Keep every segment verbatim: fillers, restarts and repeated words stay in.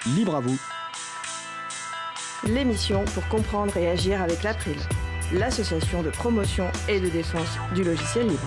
Libre à vous. L'émission pour comprendre et agir avec l'April, l'association de promotion et de défense du logiciel libre.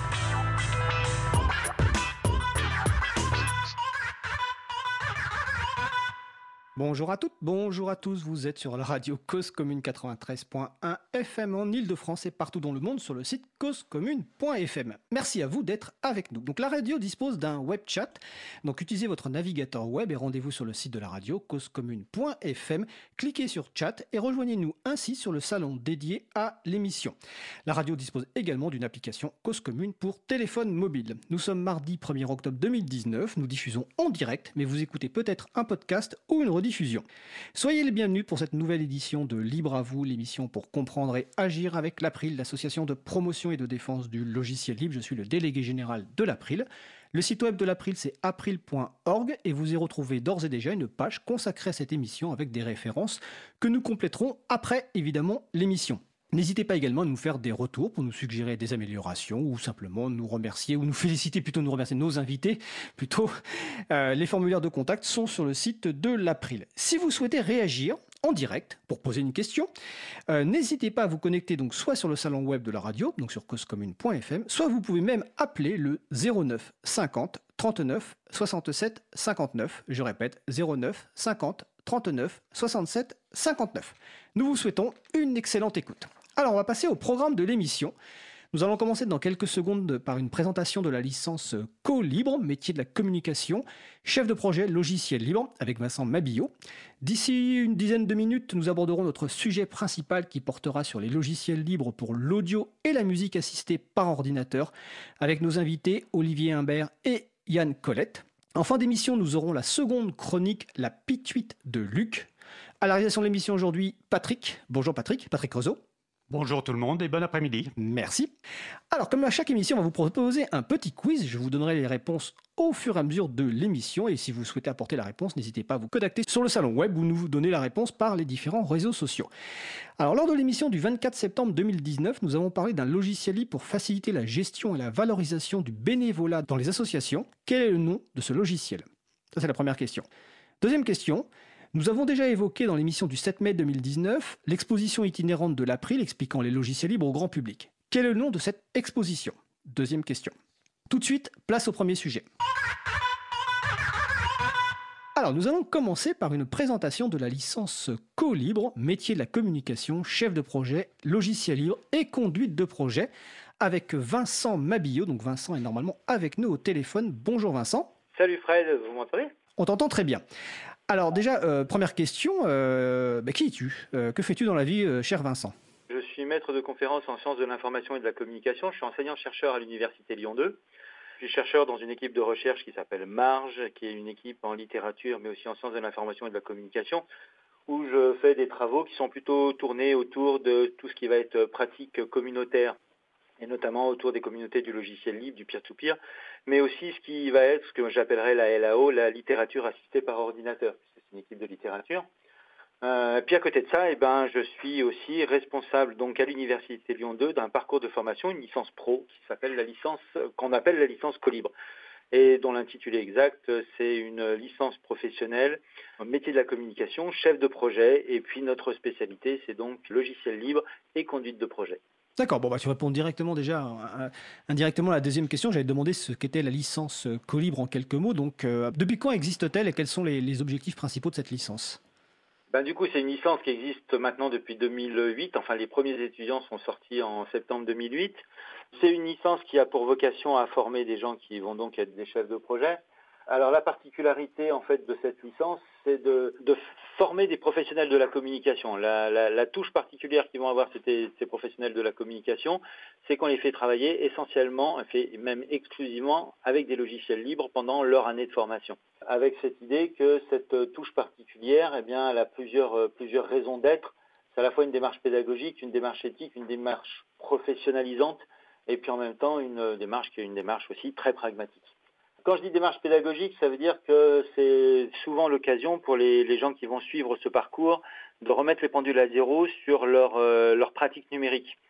Bonjour à toutes, bonjour à tous, vous êtes sur la radio Cause Commune quatre-vingt-treize point un F M en Ile-de-France et partout dans le monde sur le site cause commune point F M. Merci à vous d'être avec nous. Donc la radio dispose d'un web chat, donc utilisez votre navigateur web et rendez-vous sur le site de la radio cause commune point F M, cliquez sur chat et rejoignez-nous ainsi sur le salon dédié à l'émission. La radio dispose également d'une application Cause Commune pour téléphone mobile. Nous sommes mardi premier octobre deux mille dix-neuf, nous diffusons en direct, mais vous écoutez peut-être un podcast ou une rediffusion. Soyez les bienvenus pour cette nouvelle édition de Libre à vous, l'émission pour comprendre et agir avec l'April, l'association de promotion et de défense du logiciel libre. Je suis le délégué général de l'April. Le site web de l'April, c'est april point org et vous y retrouvez d'ores et déjà une page consacrée à cette émission avec des références que nous compléterons après, évidemment, l'émission. N'hésitez pas également à nous faire des retours pour nous suggérer des améliorations ou simplement nous remercier ou nous féliciter, plutôt nous remercier nos invités. Plutôt, euh, les formulaires de contact sont sur le site de l'April. Si vous souhaitez réagir en direct pour poser une question, euh, n'hésitez pas à vous connecter donc soit sur le salon web de la radio, donc sur cause commune point F M, soit vous pouvez même appeler le zéro neuf cinquante trente-neuf soixante-sept cinquante-neuf. Je répète, zéro neuf cinquante trente-neuf soixante-sept cinquante-neuf. Nous vous souhaitons une excellente écoute. Alors, on va passer au programme de l'émission. Nous allons commencer dans quelques secondes par une présentation de la licence Co-Libre, métier de la communication, chef de projet logiciel libre, avec Vincent Mabillot. D'ici une dizaine de minutes, nous aborderons notre sujet principal qui portera sur les logiciels libres pour l'audio et la musique assistée par ordinateur, avec nos invités Olivier Humbert et Yann Colette. En fin d'émission, nous aurons la seconde chronique, la pituite de Luc. À la réalisation de l'émission aujourd'hui, Patrick. Bonjour Patrick, Patrick Roseau. Bonjour tout le monde et bon après-midi. Merci. Alors, comme à chaque émission, on va vous proposer un petit quiz. Je vous donnerai les réponses au fur et à mesure de l'émission. Et si vous souhaitez apporter la réponse, n'hésitez pas à vous contacter sur le salon web ou nous vous donner la réponse par les différents réseaux sociaux. Alors, lors de l'émission du vingt-quatre septembre deux mille dix-neuf, nous avons parlé d'un logiciel libre pour faciliter la gestion et la valorisation du bénévolat dans les associations. Quel est le nom de ce logiciel ? Ça, c'est la première question. Deuxième question. Nous avons déjà évoqué dans l'émission du sept mai deux mille dix-neuf l'exposition itinérante de l'April expliquant les logiciels libres au grand public. Quel est le nom de cette exposition ? Deuxième question. Tout de suite, place au premier sujet. Alors, nous allons commencer par une présentation de la licence Co-Libre, métier de la communication, chef de projet, logiciel libre et conduite de projet, avec Vincent Mabillot. Donc Vincent est normalement avec nous au téléphone. Bonjour Vincent. Salut Fred, vous m'entendez ? On t'entend très bien. Alors déjà, euh, première question, euh, bah, qui es-tu ? euh, Que fais-tu dans la vie, euh, cher Vincent ? Je suis maître de conférences en sciences de l'information et de la communication. Je suis enseignant-chercheur à l'Université Lyon deux. Je suis chercheur dans une équipe de recherche qui s'appelle Marge, qui est une équipe en littérature, mais aussi en sciences de l'information et de la communication, où je fais des travaux qui sont plutôt tournés autour de tout ce qui va être pratique communautaire, et notamment autour des communautés du logiciel libre, du peer-to-peer, mais aussi ce qui va être ce que j'appellerais la L A O, la littérature assistée par ordinateur, puisque c'est une équipe de littérature. Euh, puis à côté de ça, eh ben, je suis aussi responsable donc à l'Université Lyon deux d'un parcours de formation, une licence pro qui s'appelle la licence, qu'on appelle la licence Co-Libre, et dont l'intitulé exact, c'est une licence professionnelle, métier de la communication, chef de projet, et puis notre spécialité, c'est donc logiciel libre et conduite de projet. D'accord, bon bah tu réponds directement déjà, euh, indirectement à la deuxième question. J'allais te demander ce qu'était la licence Co-Libre en quelques mots. Donc, euh, depuis quand existe-t-elle et quels sont les, les objectifs principaux de cette licence ? Ben, du coup, c'est une licence qui existe maintenant depuis deux mille huit. Enfin, les premiers étudiants sont sortis en septembre deux mille huit. C'est une licence qui a pour vocation à former des gens qui vont donc être des chefs de projet. Alors, la particularité, en fait, de cette licence, c'est de, de former des professionnels de la communication. La, la, la touche particulière qu'ils vont avoir, c'était ces professionnels de la communication, c'est qu'on les fait travailler essentiellement, fait même exclusivement, avec des logiciels libres pendant leur année de formation. Avec cette idée que cette touche particulière, eh bien, elle a plusieurs, plusieurs raisons d'être. C'est à la fois une démarche pédagogique, une démarche éthique, une démarche professionnalisante, et puis en même temps une démarche qui est une démarche aussi très pragmatique. Quand je dis démarche pédagogique, ça veut dire que c'est souvent l'occasion pour les, les gens qui vont suivre ce parcours de remettre les pendules à zéro sur leur, euh, leur pratique numérique.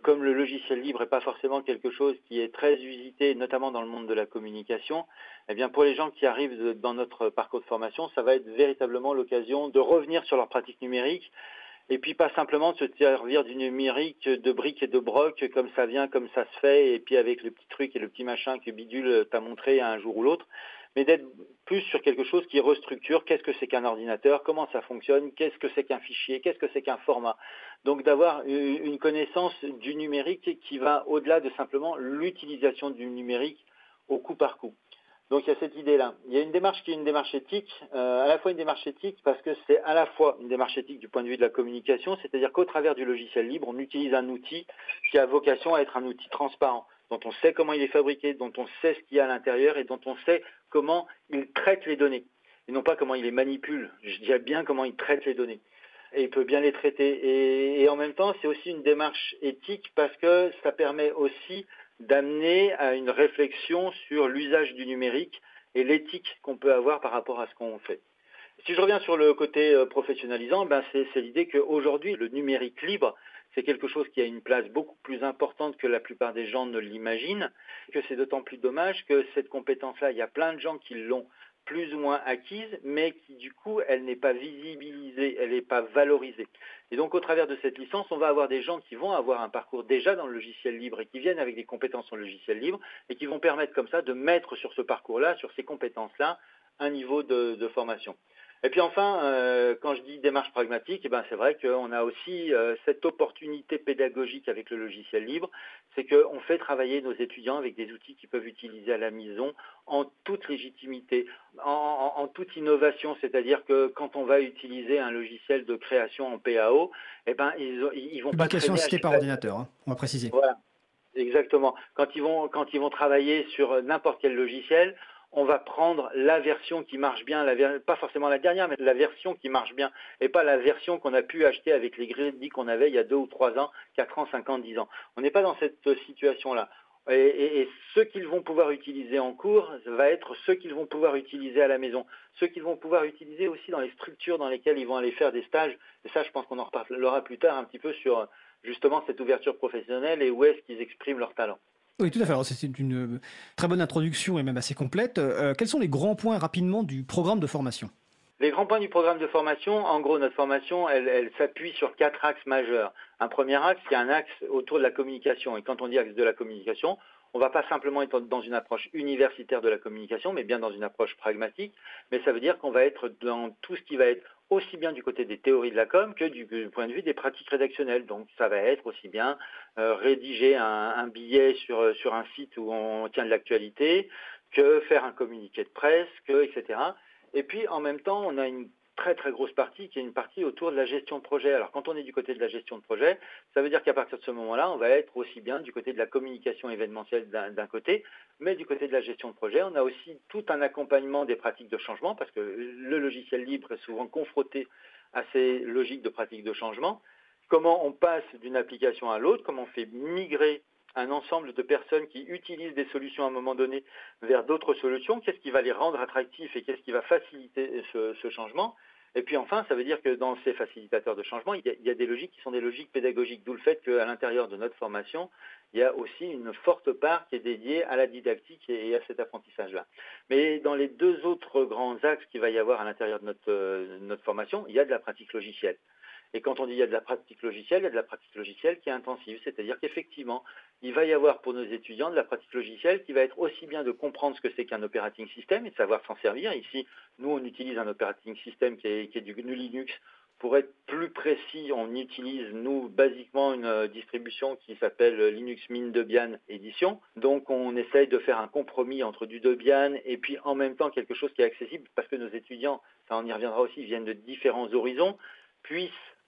comme le logiciel libre n'est pas forcément quelque chose qui est très usité, notamment dans le monde de la communication, eh bien pour les gens qui arrivent dans notre parcours de formation, ça va être véritablement l'occasion de revenir sur leur pratique numérique et puis pas simplement de se servir du numérique de briques et de broc comme ça vient, comme ça se fait, et puis avec le petit truc et le petit machin que Bidule t'a montré un jour ou l'autre, mais d'être plus sur quelque chose qui restructure qu'est-ce que c'est qu'un ordinateur, comment ça fonctionne, qu'est-ce que c'est qu'un fichier, qu'est-ce que c'est qu'un format. Donc d'avoir une connaissance du numérique qui va au-delà de simplement l'utilisation du numérique au coup par coup. Donc il y a cette idée-là. Il y a une démarche qui est une démarche éthique, euh, à la fois une démarche éthique parce que c'est à la fois une démarche éthique du point de vue de la communication, c'est-à-dire qu'au travers du logiciel libre, on utilise un outil qui a vocation à être un outil transparent, dont on sait comment il est fabriqué, dont on sait ce qu'il y a à l'intérieur et dont on sait comment il traite les données. Et non pas comment il les manipule, je dirais bien comment il traite les données. Et il peut bien les traiter. Et, et en même temps, c'est aussi une démarche éthique parce que ça permet aussi d'amener à une réflexion sur l'usage du numérique et l'éthique qu'on peut avoir par rapport à ce qu'on fait. Si je reviens sur le côté professionnalisant, ben c'est, c'est l'idée qu'aujourd'hui, le numérique libre, c'est quelque chose qui a une place beaucoup plus importante que la plupart des gens ne l'imaginent, que c'est d'autant plus dommage que cette compétence-là, il y a plein de gens qui l'ont plus ou moins acquise, mais qui du coup, elle n'est pas visibilisée, elle n'est pas valorisée. Et donc, au travers de cette licence, on va avoir des gens qui vont avoir un parcours déjà dans le logiciel libre et qui viennent avec des compétences en logiciel libre et qui vont permettre comme ça de mettre sur ce parcours-là, sur ces compétences-là, un niveau de, de formation. Et puis enfin, euh, quand je dis démarche pragmatique, eh ben c'est vrai qu'on a aussi euh, cette opportunité pédagogique avec le logiciel libre, c'est qu'on fait travailler nos étudiants avec des outils qu'ils peuvent utiliser à la maison en toute légitimité, en, en, en toute innovation, c'est-à-dire que quand on va utiliser un logiciel de création en P A O, eh ben ils, ils vont pas Publication assistée par ordinateur, hein, on va préciser. Voilà, exactement. Quand ils vont quand ils vont travailler sur n'importe quel logiciel, on va prendre la version qui marche bien, la, pas forcément la dernière, mais la version qui marche bien, et pas la version qu'on a pu acheter avec les crédits qu'on avait il y a deux ou trois ans, quatre ans, cinq ans, dix ans. On n'est pas dans cette situation-là. Et, et, et ce qu'ils vont pouvoir utiliser en cours va être ce qu'ils vont pouvoir utiliser à la maison, ce qu'ils vont pouvoir utiliser aussi dans les structures dans lesquelles ils vont aller faire des stages. Et ça, je pense qu'on en reparlera plus tard un petit peu sur justement cette ouverture professionnelle et où est-ce qu'ils expriment leur talent. Oui, tout à fait. Alors, c'est une très bonne introduction et même assez complète. Euh, quels sont les grands points rapidement du programme de formation ? Les grands points du programme de formation, en gros, notre formation, elle, elle s'appuie sur quatre axes majeurs. Un premier axe, qui est un axe autour de la communication. Et quand on dit axe de la communication, on ne va pas simplement être dans une approche universitaire de la communication, mais bien dans une approche pragmatique. Mais ça veut dire qu'on va être dans tout ce qui va être aussi bien du côté des théories de la com que du, du point de vue des pratiques rédactionnelles. Donc ça va être aussi bien euh, rédiger un, un billet sur, sur un site où on tient de l'actualité, que faire un communiqué de presse, que, et cetera. Et puis en même temps, on a une très très grosse partie qui est une partie autour de la gestion de projet. Alors quand on est du côté de la gestion de projet, ça veut dire qu'à partir de ce moment-là, on va être aussi bien du côté de la communication événementielle d'un, d'un côté, mais du côté de la gestion de projet, on a aussi tout un accompagnement des pratiques de changement, parce que le logiciel libre est souvent confronté à ces logiques de pratiques de changement. Comment on passe d'une application à l'autre, comment on fait migrer un ensemble de personnes qui utilisent des solutions à un moment donné vers d'autres solutions, qu'est-ce qui va les rendre attractifs et qu'est-ce qui va faciliter ce, ce changement. Et puis enfin, ça veut dire que dans ces facilitateurs de changement, il y a, il y a des logiques qui sont des logiques pédagogiques, d'où le fait qu'à l'intérieur de notre formation, il y a aussi une forte part qui est dédiée à la didactique et à cet apprentissage-là. Mais dans les deux autres grands axes qu'il va y avoir à l'intérieur de notre, euh, notre formation, il y a de la pratique logicielle. Et quand on dit il y a de la pratique logicielle, il y a de la pratique logicielle qui est intensive, c'est-à-dire qu'effectivement, il va y avoir pour nos étudiants de la pratique logicielle qui va être aussi bien de comprendre ce que c'est qu'un operating system et de savoir s'en servir. Ici, nous, on utilise un operating system qui est, qui est du G N U Linux. Pour être plus précis, on utilise, nous, basiquement, une distribution qui s'appelle Linux Mint Debian Edition. Donc, on essaye de faire un compromis entre du Debian et puis en même temps quelque chose qui est accessible parce que nos étudiants, ça on y reviendra aussi, viennent de différents horizons, puissent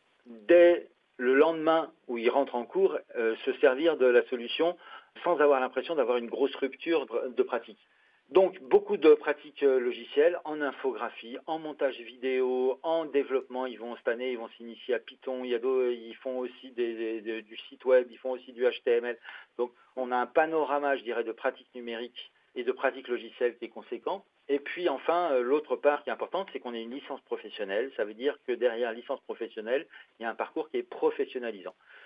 dès le lendemain où ils rentrent en cours, euh, se servir de la solution sans avoir l'impression d'avoir une grosse rupture de pratique. Donc, beaucoup de pratiques logicielles en infographie, en montage vidéo, en développement. Ils vont cette année, ils vont s'initier à Python. Il y a d'autres, ils font aussi des, des, des, du site web, ils font aussi du H T M L. Donc, on a un panorama, je dirais, de pratiques numériques et de pratiques logicielles qui est conséquent. Et puis enfin, l'autre part qui est importante, c'est qu'on ait une licence professionnelle. Ça veut dire que derrière licence professionnelle, il y a un parcours qui est professionnalisant.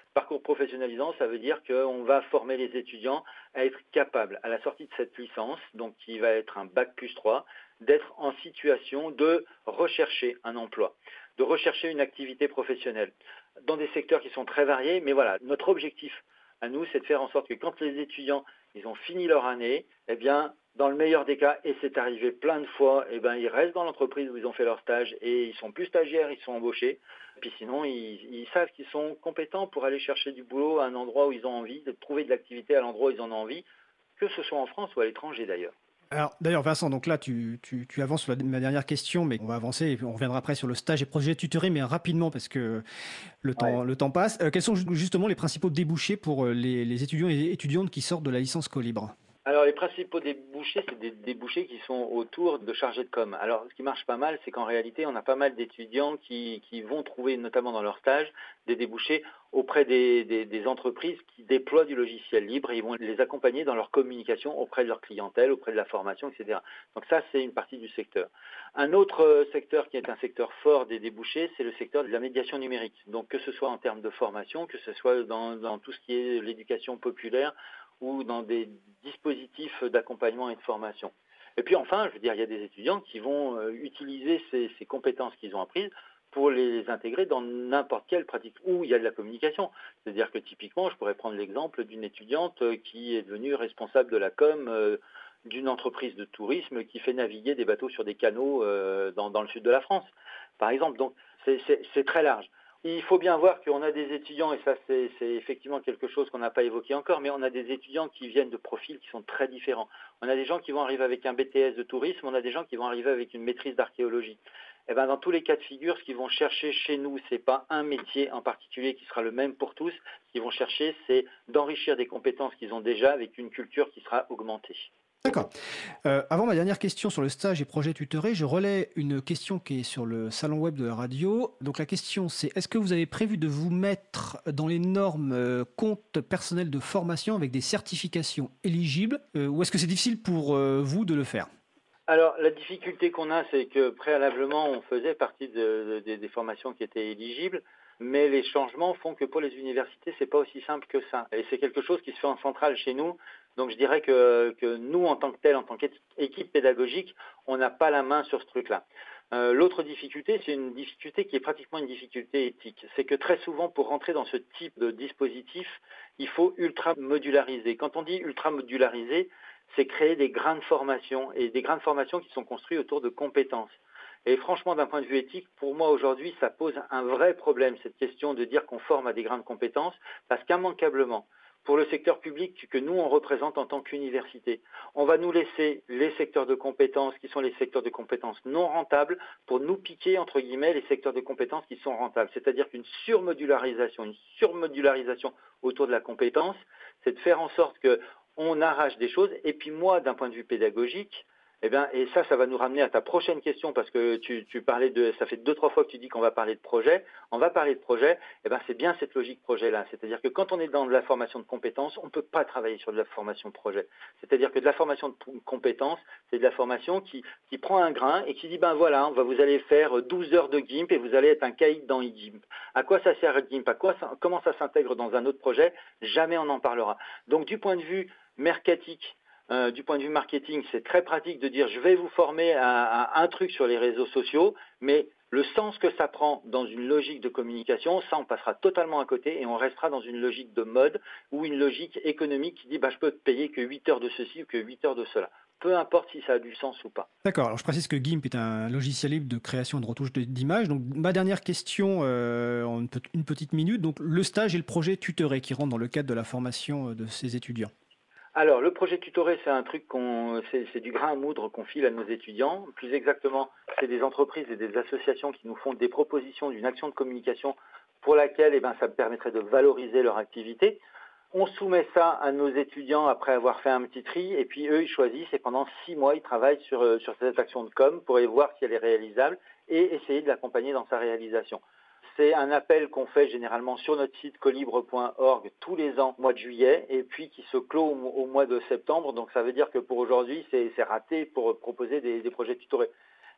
Parcours professionnalisant, ça veut dire qu'on va former les étudiants à être capables, à la sortie de cette licence, donc qui va être un bac plus trois, d'être en situation de rechercher un emploi, de rechercher une activité professionnelle, dans des secteurs qui sont très variés. Mais voilà, notre objectif à nous, c'est de faire en sorte que quand les étudiants ils ont fini leur année, eh bien, dans le meilleur des cas, et c'est arrivé plein de fois, eh bien, ils restent dans l'entreprise où ils ont fait leur stage et ils sont plus stagiaires, ils sont embauchés. Puis sinon, ils, ils savent qu'ils sont compétents pour aller chercher du boulot à un endroit où ils ont envie, de trouver de l'activité à l'endroit où ils en ont envie, que ce soit en France ou à l'étranger d'ailleurs. Alors, d'ailleurs, Vincent, donc là, tu, tu, tu avances sur la, ma dernière question, mais on va avancer et puis on reviendra après sur le stage et projet tutoré, mais rapidement parce que le temps, ouais. le temps passe. Euh, quels sont justement les principaux débouchés pour les, les étudiants et étudiantes qui sortent de la licence Colibre ? Alors, les principaux débouchés, c'est des débouchés qui sont autour de chargés de com. Alors, ce qui marche pas mal, c'est qu'en réalité, on a pas mal d'étudiants qui, qui vont trouver, notamment dans leur stage, des débouchés auprès des, des, des entreprises qui déploient du logiciel libre et ils vont les accompagner dans leur communication auprès de leur clientèle, auprès de la formation, et cetera. Donc ça, c'est une partie du secteur. Un autre secteur qui est un secteur fort des débouchés, c'est le secteur de la médiation numérique. Donc que ce soit en termes de formation, que ce soit dans, dans tout ce qui est l'éducation populaire, ou dans des dispositifs d'accompagnement et de formation. Et puis enfin, je veux dire, il y a des étudiants qui vont euh, utiliser ces, ces compétences qu'ils ont apprises pour les intégrer dans n'importe quelle pratique où il y a de la communication. C'est-à-dire que typiquement, je pourrais prendre l'exemple d'une étudiante qui est devenue responsable de la com euh, d'une entreprise de tourisme qui fait naviguer des bateaux sur des canaux euh, dans, dans le sud de la France, par exemple. Donc, c'est, c'est, c'est très large. Il faut bien voir qu'on a des étudiants, et ça c'est, c'est effectivement quelque chose qu'on n'a pas évoqué encore, mais on a des étudiants qui viennent de profils qui sont très différents. On a des gens qui vont arriver avec un B T S de tourisme, on a des gens qui vont arriver avec une maîtrise d'archéologie. Et ben dans tous les cas de figure, ce qu'ils vont chercher chez nous, c'est pas un métier en particulier qui sera le même pour tous. Ce qu'ils vont chercher, c'est d'enrichir des compétences qu'ils ont déjà avec une culture qui sera augmentée. D'accord. Euh, avant ma dernière question sur le stage et projet tutoré, je relais une question qui est sur le salon web de la radio. Donc la question c'est, est-ce que vous avez prévu de vous mettre dans les normes euh, compte personnel de formation avec des certifications éligibles euh, ou est-ce que c'est difficile pour euh, vous de le faire ? Alors la difficulté qu'on a, c'est que préalablement on faisait partie de, de, des formations qui étaient éligibles. Mais les changements font que pour les universités, c'est pas aussi simple que ça. Et c'est quelque chose qui se fait en centrale chez nous. Donc je dirais que, que nous, en tant que tel, en tant qu'équipe pédagogique, on n'a pas la main sur ce truc-là. Euh, l'autre difficulté, c'est une difficulté qui est pratiquement une difficulté éthique. C'est que très souvent, pour rentrer dans ce type de dispositif, il faut ultra modulariser. Quand on dit ultra modulariser, c'est créer des grains de formation et des grains de formation qui sont construits autour de compétences. Et franchement, d'un point de vue éthique, pour moi aujourd'hui, ça pose un vrai problème, cette question de dire qu'on forme à des grains de compétences, parce qu'immanquablement, pour le secteur public que nous, on représente en tant qu'université, on va nous laisser les secteurs de compétences qui sont les secteurs de compétences non rentables pour nous piquer, entre guillemets, les secteurs de compétences qui sont rentables. C'est-à-dire qu'une surmodularisation, une surmodularisation autour de la compétence, c'est de faire en sorte qu'on arrache des choses. Et puis moi, d'un point de vue pédagogique, Eh bien, et ça, ça va nous ramener à ta prochaine question parce que tu, tu parlais de, ça fait deux, trois fois que tu dis qu'on va parler de projet. On va parler de projet. Eh bien, c'est bien cette logique projet-là. C'est-à-dire que quand on est dans de la formation de compétences, on ne peut pas travailler sur de la formation projet. C'est-à-dire que de la formation de compétences, c'est de la formation qui, qui prend un grain et qui dit, ben voilà, vous allez faire douze heures de GIMP et vous allez être un caïd dans GIMP. À quoi ça sert GIMP? À quoi ça, comment ça s'intègre dans un autre projet? Jamais on en parlera. Donc, du point de vue mercatique, Euh, du point de vue marketing, c'est très pratique de dire je vais vous former à, à un truc sur les réseaux sociaux, mais le sens que ça prend dans une logique de communication, ça on passera totalement à côté et on restera dans une logique de mode ou une logique économique qui dit bah, je peux te payer que huit heures de ceci ou que huit heures de cela. Peu importe si ça a du sens ou pas. D'accord, alors je précise que GIMP est un logiciel libre de création et de retouche d'images. Donc ma dernière question euh, en une petite minute, donc le stage et le projet tutoré qui rentrent dans le cadre de la formation de ces étudiants. Alors, le projet tutoré, c'est un truc qu'on, c'est, c'est du grain à moudre qu'on file à nos étudiants. Plus exactement, c'est des entreprises et des associations qui nous font des propositions d'une action de communication pour laquelle, eh ben, ça permettrait de valoriser leur activité. On soumet ça à nos étudiants après avoir fait un petit tri, et puis eux, ils choisissent, et pendant six mois, ils travaillent sur, sur cette action de com pour voir si elle est réalisable et essayer de l'accompagner dans sa réalisation. C'est un appel qu'on fait généralement sur notre site colibre point org tous les ans, au mois de juillet, et puis qui se clôt au, au mois de septembre. Donc ça veut dire que pour aujourd'hui, c'est, c'est raté pour proposer des, des projets tutorés.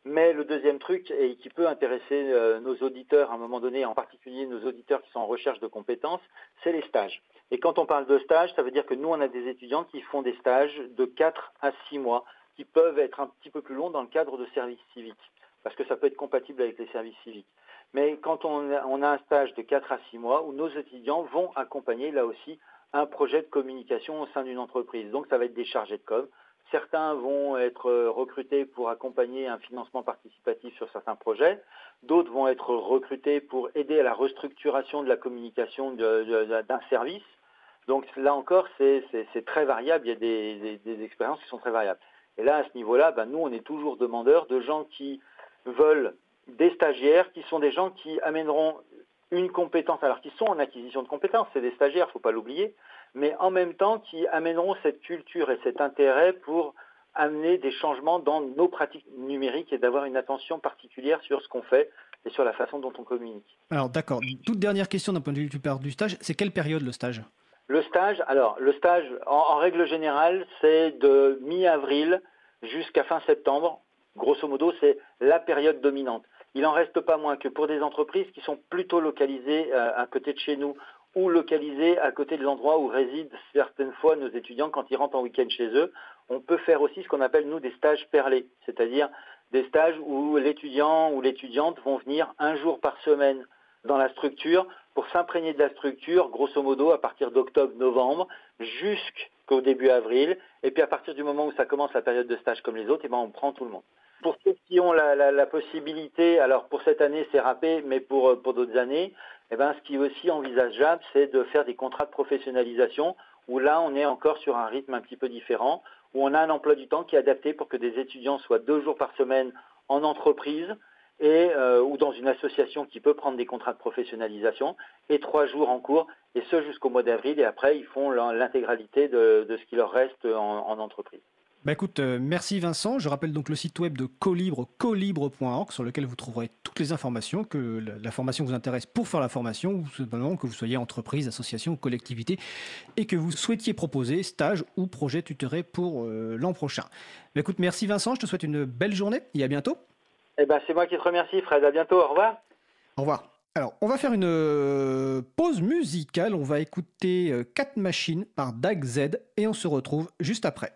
Mais le deuxième truc, et qui peut intéresser euh, nos auditeurs à un moment donné, en particulier nos auditeurs qui sont en recherche de compétences, c'est les stages. Et quand on parle de stages, ça veut dire que nous, on a des étudiants qui font des stages de quatre à six mois, qui peuvent être un petit peu plus longs dans le cadre de services civiques, parce que ça peut être compatible avec les services civiques. Mais quand on a, on a un stage de quatre à six mois, où nos étudiants vont accompagner, là aussi, un projet de communication au sein d'une entreprise. Donc, ça va être des chargés de com'. Certains vont être recrutés pour accompagner un financement participatif sur certains projets. D'autres vont être recrutés pour aider à la restructuration de la communication de, de, d'un service. Donc là encore, c'est, c'est, c'est très variable. Il y a des, des, des expériences qui sont très variables. Et là, à ce niveau-là, ben, nous, on est toujours demandeurs de gens qui veulent des stagiaires, qui sont des gens qui amèneront une compétence, alors qu'ils sont en acquisition de compétences, c'est des stagiaires, il ne faut pas l'oublier, mais en même temps qui amèneront cette culture et cet intérêt pour amener des changements dans nos pratiques numériques et d'avoir une attention particulière sur ce qu'on fait et sur la façon dont on communique. Alors d'accord, toute dernière question d'un point de vue du stage, c'est quelle période le stage ? Le stage, alors le stage, en, en règle générale, c'est de mi-avril jusqu'à fin septembre. Grosso modo, c'est la période dominante. Il n'en reste pas moins que pour des entreprises qui sont plutôt localisées euh, à côté de chez nous ou localisées à côté de l'endroit où résident certaines fois nos étudiants quand ils rentrent en week-end chez eux, on peut faire aussi ce qu'on appelle, nous, des stages perlés, c'est-à-dire des stages où l'étudiant ou l'étudiante vont venir un jour par semaine dans la structure pour s'imprégner de la structure, grosso modo, à partir d'octobre-novembre jusqu'au début avril. Et puis à partir du moment où ça commence la période de stage comme les autres, eh ben, on prend tout le monde. Pour ceux qui ont la, la, la possibilité, alors pour cette année c'est râpé, mais pour, pour d'autres années, eh ben, ce qui est aussi envisageable, c'est de faire des contrats de professionnalisation où là on est encore sur un rythme un petit peu différent, où on a un emploi du temps qui est adapté pour que des étudiants soient deux jours par semaine en entreprise et, euh, ou dans une association qui peut prendre des contrats de professionnalisation et trois jours en cours, et ce jusqu'au mois d'avril, et après ils font l'intégralité de, de ce qui leur reste en, en entreprise. Bah écoute, euh, merci Vincent. Je rappelle donc le site web de Colibre, colibre point org, sur lequel vous trouverez toutes les informations, que la, la formation vous intéresse pour faire la formation, ou simplement que vous soyez entreprise, association, collectivité, et que vous souhaitiez proposer stage ou projet tutoré pour euh, l'an prochain. Bah écoute, merci Vincent, je te souhaite une belle journée et à bientôt. Eh ben, c'est moi qui te remercie, Fred. À bientôt, au revoir. Au revoir. Alors, on va faire une euh, pause musicale. On va écouter euh, Cat Machine par Dag Z et on se retrouve juste après.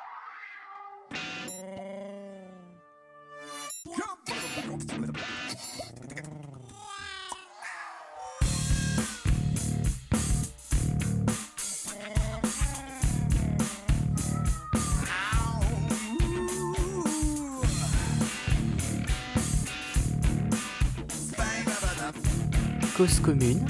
Cause commune.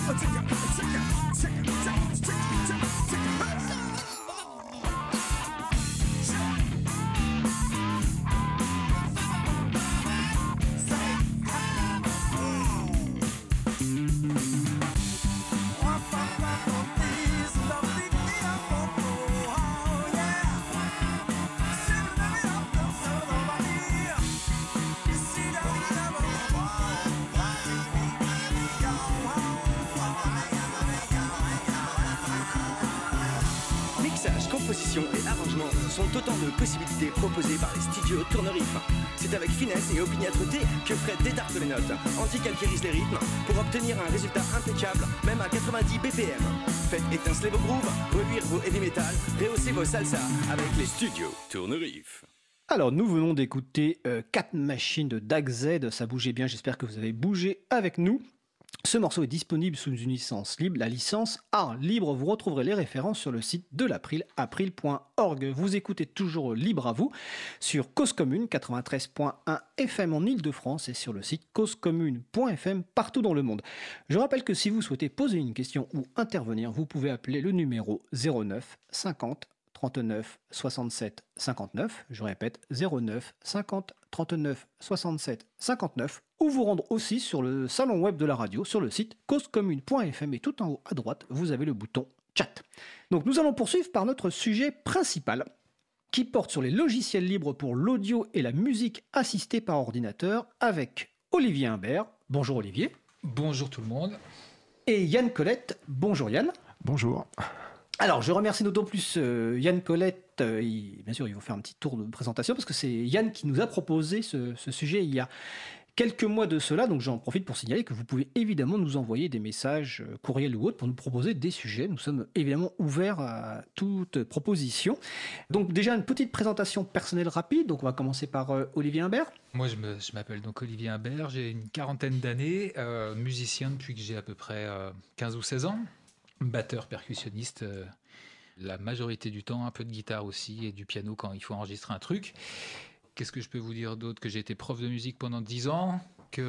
Composition et arrangement sont autant de possibilités proposées par les studios Tournerif. C'est avec finesse et opiniâtreté que Fred détarte les notes, anti-calquérise les rythmes pour obtenir un résultat impeccable, même à quatre-vingt-dix B P M. Faites étinceler vos grooves, reluire vos heavy metal, rehaussez vos salsa avec les studios Tournerif. Alors, nous venons d'écouter euh, quatre machines de D A G Z, ça bougeait bien, j'espère que vous avez bougé avec nous. Ce morceau est disponible sous une licence libre, la licence Art Libre. Vous retrouverez les références sur le site de l'April, april point org. Vous écoutez toujours Libre à vous sur Cause Commune quatre-vingt-treize point un F M en Ile-de-France et sur le site cause commune point F M partout dans le monde. Je rappelle que si vous souhaitez poser une question ou intervenir, vous pouvez appeler le numéro zéro neuf cinquante trente-neuf soixante-sept cinquante-neuf. Je répète, zéro neuf cinquante trente-neuf soixante-sept cinquante-neuf. Ou vous rendre aussi sur le salon web de la radio, sur le site cause commune point F M et tout en haut à droite, vous avez le bouton chat. Donc nous allons poursuivre par notre sujet principal qui porte sur les logiciels libres pour l'audio et la musique assistée par ordinateur avec Olivier Imbert. Bonjour Olivier. Bonjour tout le monde. Et Yann Colette. Bonjour Yann. Bonjour. Alors, je remercie d'autant plus euh, Yann Colette. Euh, il, bien sûr, il va faire un petit tour de présentation parce que c'est Yann qui nous a proposé ce, ce sujet il y a quelques mois de cela. Donc, j'en profite pour signaler que vous pouvez évidemment nous envoyer des messages euh, courriels ou autres pour nous proposer des sujets. Nous sommes évidemment ouverts à toute proposition. Donc, déjà, une petite présentation personnelle rapide. Donc, on va commencer par euh, Olivier Imbert. Moi, je, me, je m'appelle donc Olivier Imbert. J'ai une quarantaine d'années, euh, musicien depuis que j'ai à peu près euh, quinze ou seize ans. Batteur, percussionniste, euh, la majorité du temps, un peu de guitare aussi et du piano quand il faut enregistrer un truc. Qu'est-ce que je peux vous dire d'autre ? Que j'ai été prof de musique pendant dix ans, que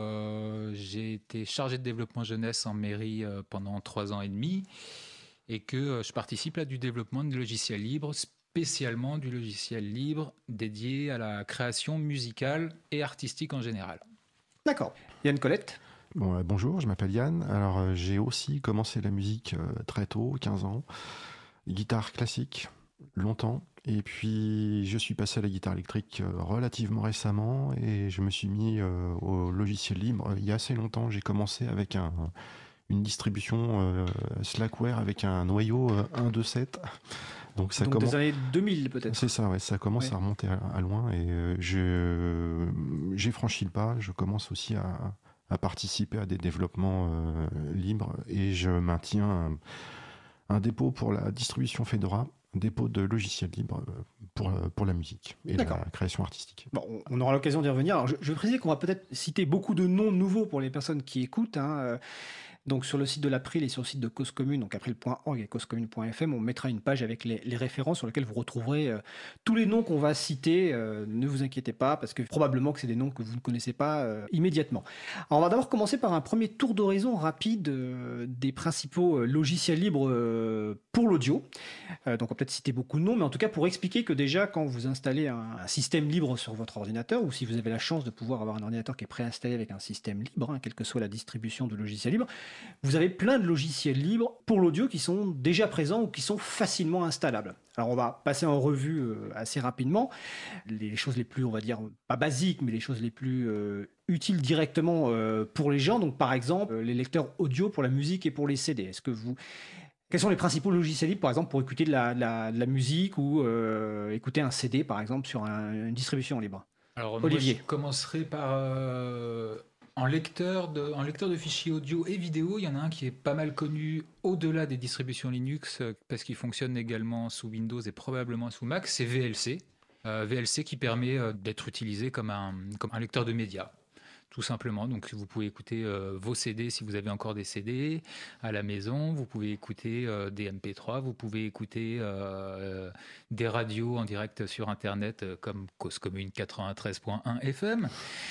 euh, j'ai été chargé de développement jeunesse en mairie euh, pendant trois ans et demi et que euh, je participe à du développement de logiciels libres, spécialement du logiciel libre dédié à la création musicale et artistique en général. D'accord. Yann Colette. Bon, euh, bonjour, je m'appelle Yann. Alors, euh, j'ai aussi commencé la musique euh, très tôt, quinze ans. Guitare classique, longtemps. Et puis, je suis passé à la guitare électrique euh, relativement récemment et je me suis mis euh, au logiciel libre. Il y a assez longtemps, j'ai commencé avec un, une distribution euh, Slackware avec un noyau euh, un deux sept. Donc, ça Donc commence... des années deux mille peut-être. C'est ça, ouais, ça commence ouais. à remonter à, à loin. Et euh, je, j'ai franchi le pas. Je commence aussi à... à participer à des développements euh, libres et je maintiens un, un dépôt pour la distribution Fedora, un dépôt de logiciels libres pour, pour la musique et D'accord. la création artistique. Bon, on aura l'occasion d'y revenir. Alors, je, je précise qu'on va peut-être citer beaucoup de noms nouveaux pour les personnes qui écoutent. Hein. Donc sur le site de l'April et sur le site de Cause Commune, donc april point org et cause commune point F M, on mettra une page avec les, les références sur lesquelles vous retrouverez euh, tous les noms qu'on va citer. Euh, ne vous inquiétez pas, parce que probablement que c'est des noms que vous ne connaissez pas euh, immédiatement. Alors, on va d'abord commencer par un premier tour d'horizon rapide euh, des principaux euh, logiciels libres euh, pour l'audio. Euh, donc on va peut-être citer beaucoup de noms, mais en tout cas pour expliquer que déjà quand vous installez un, un système libre sur votre ordinateur, ou si vous avez la chance de pouvoir avoir un ordinateur qui est préinstallé avec un système libre, hein, quelle que soit la distribution de logiciels libres, vous avez plein de logiciels libres pour l'audio qui sont déjà présents ou qui sont facilement installables. Alors on va passer en revue euh, assez rapidement les choses les plus, on va dire, pas basiques, mais les choses les plus euh, utiles directement euh, pour les gens. Donc par exemple, euh, les lecteurs audio pour la musique et pour les C D. Est-ce que vous... Quels sont les principaux logiciels libres, par exemple, pour écouter de la, de la, de la musique ou euh, écouter un C D, par exemple, sur un, une distribution libre ? Alors, Olivier. Moi, je commencerai par... Euh... En lecteur, de, en lecteur de fichiers audio et vidéo, il y en a un qui est pas mal connu au-delà des distributions Linux parce qu'il fonctionne également sous Windows et probablement sous Mac, c'est V L C. Euh, V L C qui permet euh, d'être utilisé comme un, comme un lecteur de médias, tout simplement. Donc vous pouvez écouter euh, vos C D si vous avez encore des C D à la maison, vous pouvez écouter euh, des M P trois, vous pouvez écouter euh, des radios en direct sur Internet euh, comme Cause Commune quatre-vingt-treize point un F M.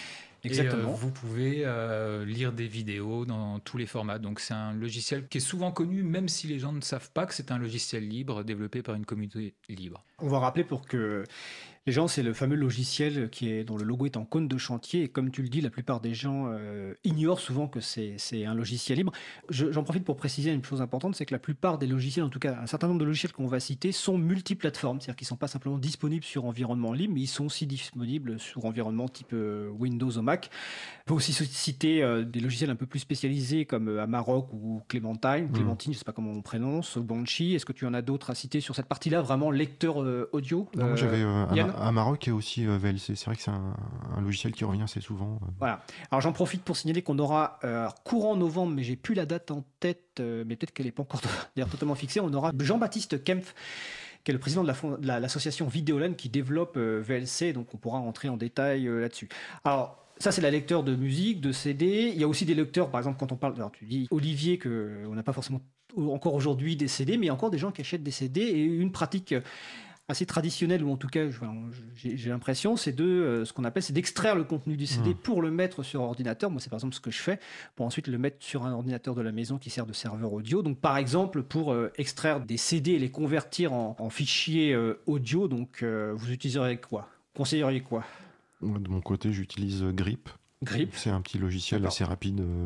Exactement. Et, euh, vous pouvez euh, lire des vidéos dans tous les formats. Donc c'est un logiciel qui est souvent connu, même si les gens ne savent pas que c'est un logiciel libre développé par une communauté libre. On va rappeler pour que les gens, c'est le fameux logiciel qui est, dont le logo est en cône de chantier. Et comme tu le dis, la plupart des gens euh, ignorent souvent que c'est, c'est un logiciel libre. Je, j'en profite pour préciser une chose importante, c'est que la plupart des logiciels, en tout cas un certain nombre de logiciels qu'on va citer, sont multiplateformes. C'est-à-dire qu'ils ne sont pas simplement disponibles sur environnement libre, mais ils sont aussi disponibles sur environnement type euh, Windows ou Mac. On peut aussi citer euh, des logiciels un peu plus spécialisés comme euh, Amarok ou Clementine. Clémentine, mmh. je ne sais pas comment on prononce, ou Banshee. Est-ce que tu en as d'autres à citer sur cette partie-là, vraiment lecteur euh, audio? Non, euh, j'avais euh, Amarok et aussi euh, V L C. C'est vrai que c'est un, un logiciel qui revient assez souvent. Euh. Voilà. Alors j'en profite pour signaler qu'on aura euh, courant novembre, mais j'ai plus la date en tête, euh, mais peut-être qu'elle n'est pas encore d'ailleurs totalement fixée. On aura Jean-Baptiste Kempf, qui est le président de, la, de la, l'association Vidéolan qui développe euh, V L C, donc on pourra rentrer en détail euh, là-dessus. Alors ça, c'est la lecteur de musique, de C D. Il y a aussi des lecteurs, par exemple, quand on parle... Alors, tu dis, Olivier, qu'on n'a pas forcément encore aujourd'hui des C D, mais il y a encore des gens qui achètent des C D. Et une pratique assez traditionnelle, ou en tout cas, j'ai, j'ai l'impression, c'est de euh, ce qu'on appelle, c'est d'extraire le contenu du C D mmh. pour le mettre sur ordinateur. Moi, c'est par exemple ce que je fais, pour ensuite le mettre sur un ordinateur de la maison qui sert de serveur audio. Donc, par exemple, pour euh, extraire des C D et les convertir en, en fichiers euh, audio, donc euh, vous utiliserez quoi? Conseilleriez quoi? De mon côté, j'utilise Grip. Grip. C'est un petit logiciel D'accord. assez rapide euh,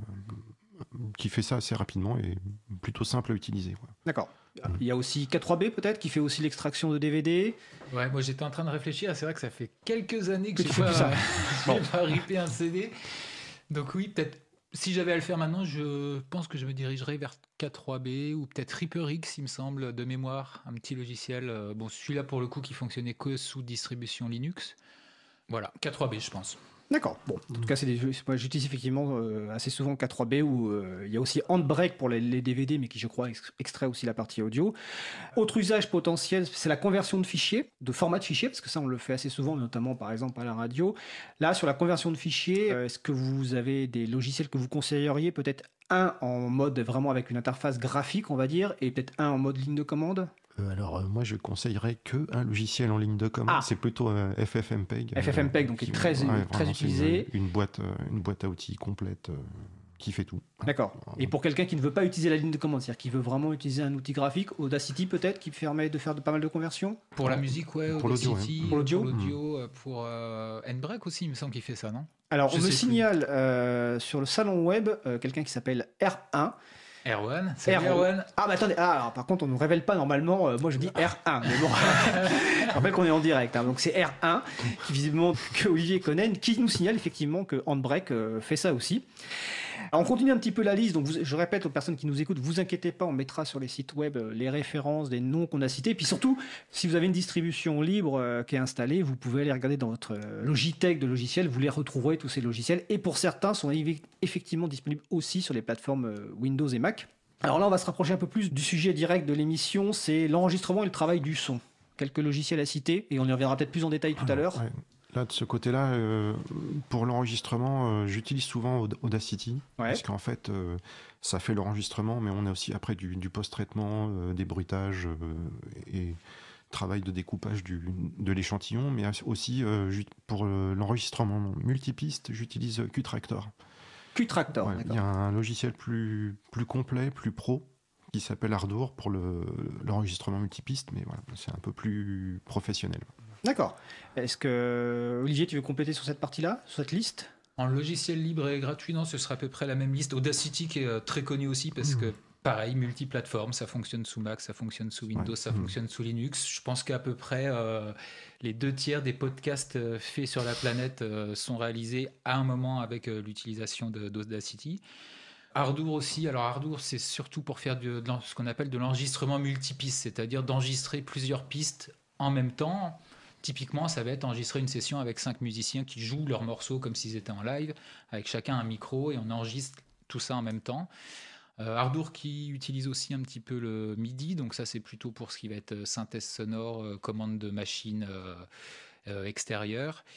qui fait ça assez rapidement et plutôt simple à utiliser. Ouais. D'accord. Il y a aussi K trois B peut-être qui fait aussi l'extraction de D V D. Ouais, moi j'étais en train de réfléchir. C'est vrai que ça fait quelques années que je n'ai pas, bon. pas rippé un C D. Donc oui, peut-être. Si j'avais à le faire maintenant, je pense que je me dirigerais vers K trois B ou peut-être ReaperX, il me semble, de mémoire, un petit logiciel. Bon, celui-là pour le coup qui fonctionnait que sous distribution Linux. Voilà, K trois B, je pense. D'accord. Bon, en tout cas, c'est des jeux, moi, j'utilise effectivement euh, assez souvent K trois B où euh, il y a aussi Handbrake pour les, les D V D, mais qui, je crois, extrait aussi la partie audio. Autre usage potentiel, c'est la conversion de fichiers, de format de fichiers, parce que ça, on le fait assez souvent, notamment par exemple à la radio. Là, sur la conversion de fichiers, euh, est-ce que vous avez des logiciels que vous conseilleriez? Peut-être un en mode vraiment avec une interface graphique, on va dire, et peut-être un en mode ligne de commande? Euh, alors, euh, moi, je conseillerais qu'un logiciel en ligne de commande. Ah. C'est plutôt euh, FFmpeg. FFmpeg, euh, donc qui est très, ouais, très utilisé. Une, une, boîte, une boîte à outils complète euh, qui fait tout. D'accord. Et pour quelqu'un qui ne veut pas utiliser la ligne de commande, c'est-à-dire qui veut vraiment utiliser un outil graphique, Audacity peut-être, qui permet de faire de, pas mal de conversions? Pour la musique, ouais, pour Audacity. L'audio, pour l'audio, pour, l'audio, mmh. pour euh, Handbrake aussi, il me semble qu'il fait ça, non? Alors, je on me signale euh, sur le salon web euh, quelqu'un qui s'appelle R un. Erwan, c'est Erwan. Ah, mais attendez, ah, alors, par contre, on ne nous révèle pas normalement. Euh, moi, je dis R un. Mais bon, je rappelle qu'on est en direct. Hein, donc, c'est R un, qui visiblement, que Olivier connaît, qui nous signale effectivement que Handbrake euh, fait ça aussi. Alors, on continue un petit peu la liste. Donc, vous, je répète aux personnes qui nous écoutent, vous inquiétez pas, on mettra sur les sites web euh, les références des noms qu'on a cités. Et puis surtout, si vous avez une distribution libre euh, qui est installée, vous pouvez aller regarder dans votre euh, Logitech de logiciels. Vous les retrouverez, tous ces logiciels. Et pour certains, sont effectivement disponibles aussi sur les plateformes euh, Windows et Mac. Alors là, on va se rapprocher un peu plus du sujet direct de l'émission. C'est l'enregistrement et le travail du son. Quelques logiciels à citer, et on y reviendra peut-être plus en détail tout à l'heure. Ouais. Là, de ce côté-là, euh, pour l'enregistrement, euh, j'utilise souvent Audacity, ouais. parce qu'en fait, euh, ça fait l'enregistrement, mais on a aussi après du, du post-traitement, euh, des bruitages euh, et travail de découpage du, de l'échantillon, mais aussi euh, pour l'enregistrement multipiste, j'utilise Qtractor. Qtractor, ouais, il y a un logiciel plus, plus complet, plus pro, qui s'appelle Ardour pour le, l'enregistrement multipiste, mais voilà, c'est un peu plus professionnel. D'accord. Est-ce que, Olivier, tu veux compléter sur cette partie-là, sur cette liste? En logiciel libre et gratuit, non, ce sera à peu près la même liste. Audacity qui est très connu aussi parce mmh. que, pareil, multiplateforme, ça fonctionne sous Mac, ça fonctionne sous Windows, ouais. ça mmh. fonctionne sous Linux. Je pense qu'à peu près euh, les deux tiers des podcasts euh, faits sur la planète euh, sont réalisés à un moment avec euh, l'utilisation de, d'Audacity. Ardour aussi. Alors Ardour, c'est surtout pour faire de, de ce qu'on appelle de l'enregistrement multipiste, c'est-à-dire d'enregistrer plusieurs pistes en même temps. Typiquement, ça va être enregistrer une session avec cinq musiciens qui jouent leurs morceaux comme s'ils étaient en live, avec chacun un micro, et on enregistre tout ça en même temps. Euh, Ardour qui utilise aussi un petit peu le MIDI, donc ça c'est plutôt pour ce qui va être synthèse sonore, euh, commande de machine euh, euh, extérieure.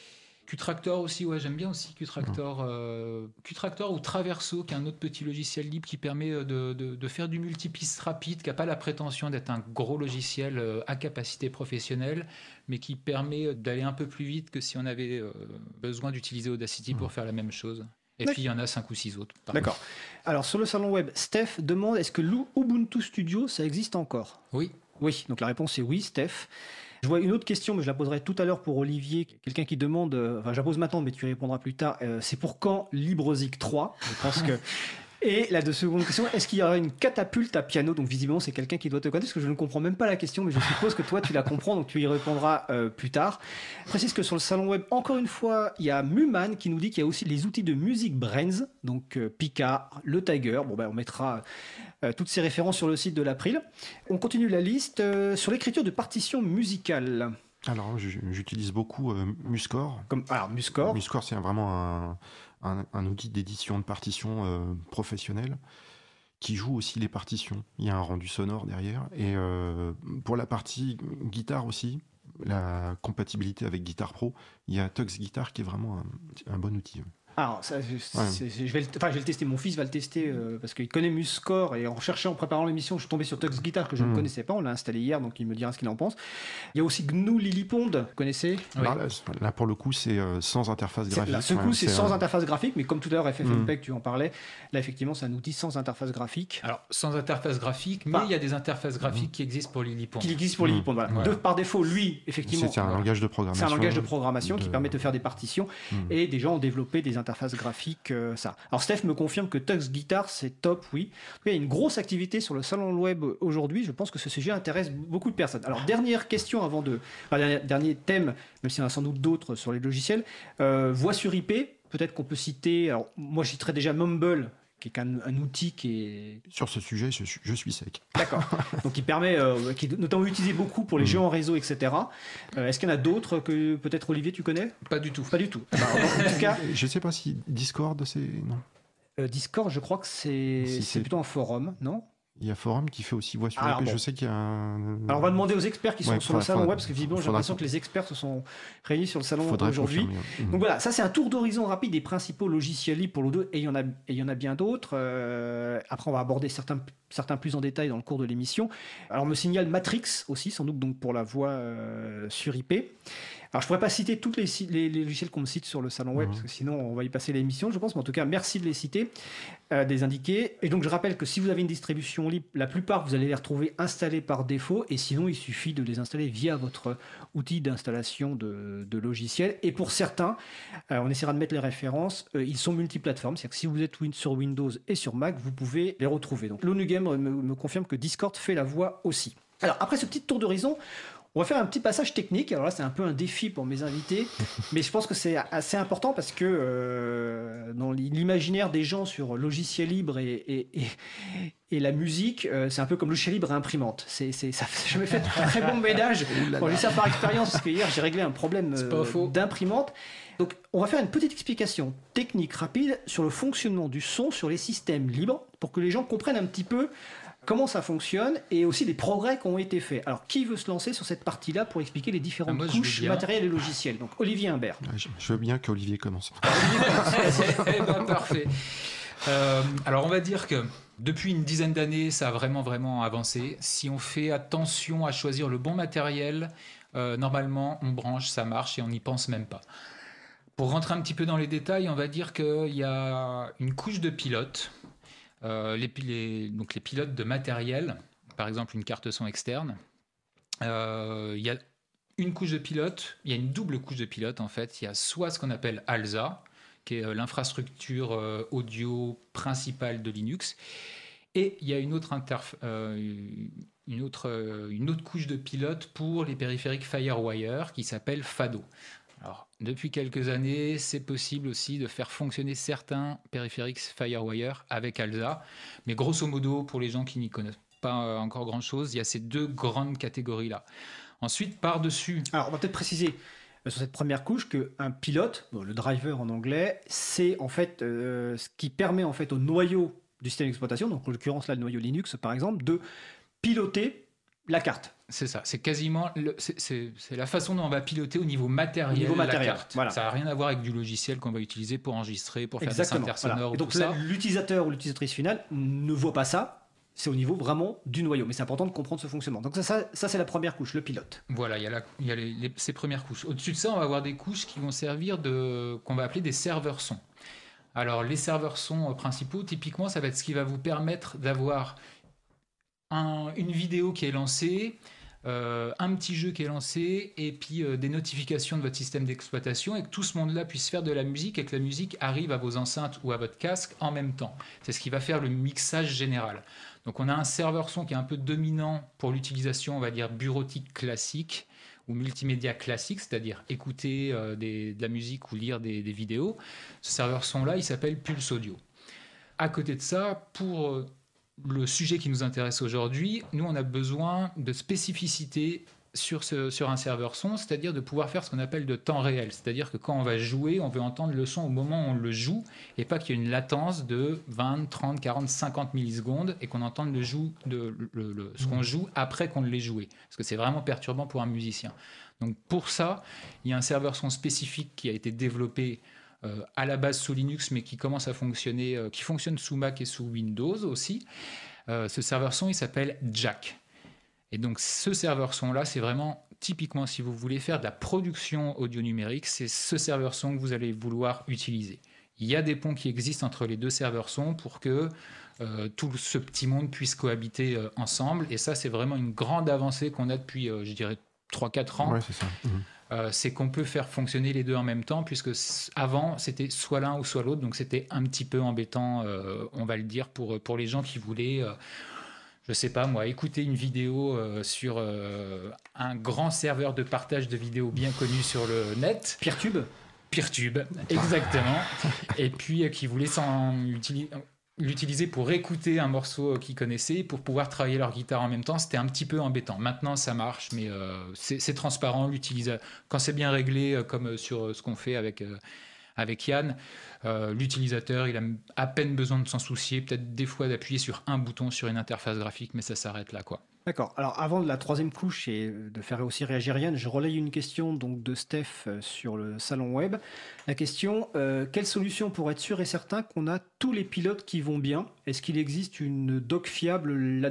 Qtractor aussi, ouais, j'aime bien aussi Qtractor. Euh, Qtractor ou Traverso, qui est un autre petit logiciel libre qui permet de, de, de faire du multipiste rapide, qui n'a pas la prétention d'être un gros logiciel euh, à capacité professionnelle, mais qui permet d'aller un peu plus vite que si on avait euh, besoin d'utiliser Audacity pour faire la même chose. Et D'accord. puis il y en a cinq ou six autres. D'accord. Alors sur le salon web, Steph demande est-ce que l'Ubuntu Studio, ça existe encore ? Oui. Oui, donc la réponse est oui, Steph. Je vois une autre question, mais je la poserai tout à l'heure pour Olivier. Quelqu'un qui demande, euh, enfin je la pose maintenant, mais tu y répondras plus tard. Euh, c'est pour quand LibreZig trois ? Je pense que. Et la de seconde question, est-ce qu'il y aura une catapulte à piano ? Donc visiblement c'est quelqu'un qui doit te connaître, parce que je ne comprends même pas la question, mais je suppose que toi tu la comprends, donc tu y répondras euh, plus tard. Je précise que sur le salon web, encore une fois, il y a Muman qui nous dit qu'il y a aussi les outils de Music Brains, donc euh, Picard, le Tiger. Bon ben on mettra euh, toutes ces références sur le site de l'April. On continue la liste euh, sur l'écriture de partitions musicales. Alors, j'utilise beaucoup euh, Muscore. Comme, alors, Muscore. Muscore, c'est vraiment un, un, un outil d'édition de partitions euh, professionnel qui joue aussi les partitions. Il y a un rendu sonore derrière. Et euh, pour la partie guitare aussi, la compatibilité avec Guitar Pro, il y a Tux Guitar qui est vraiment un, un bon outil. Alors, ça, je, ouais. je, vais le, enfin, je vais le tester. Mon fils va le tester euh, parce qu'il connaît Muscore. Et en cherchant, en préparant l'émission, je suis tombé sur Tux Guitar que je mmh. ne connaissais pas. On l'a installé hier, donc il me dira ce qu'il en pense. Il y a aussi G N U Lillipond. Vous connaissez ? Oui. Là, là, pour le coup, c'est euh, sans interface graphique. Là, ce coup, ouais, c'est, c'est sans un... interface graphique, mais comme tout à l'heure, F F M P E G, mmh. tu en parlais. Là, effectivement, c'est un outil sans interface graphique. Alors, sans interface graphique, mais il ah. y a des interfaces graphiques mmh. qui existent pour Lillipond. Qui existent pour mmh. Lillipond, voilà. Ouais. De, par défaut, lui, effectivement. C'est un voilà. langage de programmation. C'est un langage de programmation de... qui permet de faire des partitions. Mmh. Et des gens ont développé des interfaces graphiques. Euh, ça. Alors Steph me confirme que Tux Guitar c'est top, oui. Il y a une grosse activité sur le salon web aujourd'hui. Je pense que ce sujet intéresse beaucoup de personnes. Alors dernière question avant de, enfin, dernier, dernier thème, même s'il y en a sans doute d'autres sur les logiciels. Euh, voix sur I P. Peut-être qu'on peut citer. Alors moi je citerais déjà Mumble, qui est un, un outil qui est... Sur ce sujet, je suis, je suis sec. D'accord. Donc, il permet, euh, qui est notamment utilisé beaucoup pour les mmh. jeux en réseau, et cetera. Euh, est-ce qu'il y en a d'autres que peut-être, Olivier, tu connais ? Pas du tout. Pas du tout. Bah, en tout cas... Je ne sais pas si Discord, c'est... Non. Euh, Discord, je crois que c'est, si c'est... c'est plutôt un forum, non ? Il y a Forum qui fait aussi voix sur I P. Bon. Je sais qu'il y a un... Alors, on va demander aux experts qui sont ouais, sur faudra, le salon faudra, web, parce que visiblement, j'ai l'impression que les experts se sont réunis sur le salon web aujourd'hui. Mmh. Donc voilà, ça, c'est un tour d'horizon rapide des principaux logiciels libres pour l'O deux, et il y en a, et il y en a bien d'autres. Euh, après, on va aborder certains, certains plus en détail dans le cours de l'émission. Alors, on me signale Matrix aussi, sans doute donc pour la voix euh, sur I P. Alors, je ne pourrais pas citer tous les, les, les logiciels qu'on me cite sur le salon web, mmh. parce que sinon, on va y passer l'émission, je pense. Mais en tout cas, merci de les citer, euh, de les indiquer. Et donc, je rappelle que si vous avez une distribution libre, la plupart, vous allez les retrouver installés par défaut. Et sinon, il suffit de les installer via votre outil d'installation de, de logiciels. Et pour certains, euh, on essaiera de mettre les références, euh, ils sont multiplateformes. C'est-à-dire que si vous êtes win- sur Windows et sur Mac, vous pouvez les retrouver. Donc, l'ONU Game me, me confirme que Discord fait la voix aussi. Alors, après ce petit tour d'horizon, on va faire un petit passage technique. Alors là, c'est un peu un défi pour mes invités, mais je pense que c'est assez important parce que euh, dans l'imaginaire des gens sur logiciel libre et, et, et, et la musique, euh, c'est un peu comme logiciel libre et imprimante. C'est, c'est, ça n'a jamais fait un très bon ménage. Bon, je dis ça par expérience parce que hier, j'ai réglé un problème euh, d'imprimante. Donc, on va faire une petite explication technique rapide sur le fonctionnement du son sur les systèmes libres pour que les gens comprennent un petit peu comment ça fonctionne et aussi les progrès qui ont été faits. Alors, qui veut se lancer sur cette partie-là pour expliquer les différentes ah, moi, couches matérielles et logicielles ? Donc, Olivier Imbert. Je, je veux bien qu'Olivier commence. Olivier commence. Eh ben, parfait. Euh, alors, on va dire que depuis une dizaine d'années, ça a vraiment, vraiment avancé. Si on fait attention à choisir le bon matériel, euh, normalement, on branche, ça marche et on n'y pense même pas. Pour rentrer un petit peu dans les détails, on va dire qu'il y a une couche de pilote. Euh, les, les, donc les pilotes de matériel, par exemple une carte son externe, euh, il y a une couche de pilote, il y a une double couche de pilote en fait. Il y a soit ce qu'on appelle A L S A, qui est l'infrastructure euh, audio principale de Linux, et il y a une autre, interf- euh, une, autre, euh, une autre couche de pilote pour les périphériques FireWire qui s'appelle Fado. Alors, depuis quelques années, c'est possible aussi de faire fonctionner certains périphériques FireWire avec A L S A. Mais grosso modo, pour les gens qui n'y connaissent pas encore grand-chose, il y a ces deux grandes catégories-là. Ensuite, par-dessus... Alors, on va peut-être préciser euh, sur cette première couche qu'un pilote, bon, le driver en anglais, c'est en fait euh, ce qui permet en fait au noyau du système d'exploitation, donc en l'occurrence là, le noyau Linux par exemple, de piloter La carte. C'est ça, c'est quasiment le, c'est, c'est, c'est la façon dont on va piloter au niveau matériel, au niveau matériel la carte. voilà. Ça n'a rien à voir avec du logiciel qu'on va utiliser pour enregistrer, pour faire Exactement, des synthèses sonores voilà. ou Et donc tout là, ça. l'utilisateur ou l'utilisatrice finale ne voit pas ça, c'est au niveau vraiment du noyau, mais c'est important de comprendre ce fonctionnement. Donc ça, ça, ça c'est la première couche, le pilote. Voilà, il y a, la, il y a les, les, ces premières couches. Au-dessus de ça, on va avoir des couches qui vont servir de, qu'on va appeler des serveurs sons. Alors les serveurs sons principaux, typiquement, ça va être ce qui va vous permettre d'avoir un, une vidéo qui est lancée, Euh, un petit jeu qui est lancé et puis euh, des notifications de votre système d'exploitation et que tout ce monde-là puisse faire de la musique et que la musique arrive à vos enceintes ou à votre casque en même temps. C'est ce qui va faire le mixage général. Donc on a un serveur son qui est un peu dominant pour l'utilisation, on va dire, bureautique classique ou multimédia classique, c'est-à-dire écouter euh, des, de la musique ou lire des, des vidéos. Ce serveur son-là, il s'appelle Pulse Audio. À côté de ça, pour... Euh, le sujet qui nous intéresse aujourd'hui, nous, on a besoin de spécificité sur, ce, sur un serveur son, c'est-à-dire de pouvoir faire ce qu'on appelle de temps réel. C'est-à-dire que quand on va jouer, on veut entendre le son au moment où on le joue et pas qu'il y ait une latence de vingt, trente, quarante, cinquante millisecondes et qu'on entende le joue de, le, le, ce qu'on joue après qu'on l'ait joué. Parce que c'est vraiment perturbant pour un musicien. Donc pour ça, il y a un serveur son spécifique qui a été développé Euh, à la base sous Linux, mais qui commence à fonctionner, euh, qui fonctionne sous Mac et sous Windows aussi. Euh, ce serveur son, il s'appelle Jack. Et donc, ce serveur son-là, c'est vraiment typiquement, si vous voulez faire de la production audio numérique, c'est ce serveur son que vous allez vouloir utiliser. Il y a des ponts qui existent entre les deux serveurs son pour que euh, tout ce petit monde puisse cohabiter euh, ensemble. Et ça, c'est vraiment une grande avancée qu'on a depuis, euh, je dirais, trois quatre ans. Ouais, c'est ça. Mmh. Euh, c'est qu'on peut faire fonctionner les deux en même temps, puisque avant c'était soit l'un ou soit l'autre, donc c'était un petit peu embêtant, euh, on va le dire, pour, pour les gens qui voulaient, euh, je sais pas moi, écouter une vidéo euh, sur euh, un grand serveur de partage de vidéos bien connu sur le net. Peertube. Peertube, exactement. Et puis euh, qui voulaient s'en utiliser... l'utiliser pour écouter un morceau qu'ils connaissaient, pour pouvoir travailler leur guitare en même temps, c'était un petit peu embêtant. Maintenant, ça marche, mais euh, c'est, c'est transparent. Quand c'est bien réglé, euh, comme sur ce qu'on fait avec, euh, avec Yann, euh, l'utilisateur, il a à peine besoin de s'en soucier, peut-être des fois d'appuyer sur un bouton sur une interface graphique, mais ça s'arrête là, quoi. D'accord. Alors, avant de la troisième couche et de faire aussi réagir Yann, je relaye une question donc, de Steph sur le salon web. La question, euh, quelle solution pour être sûr et certain qu'on a tous les pilotes qui vont bien ? Est-ce qu'il existe une doc fiable là-dessus ?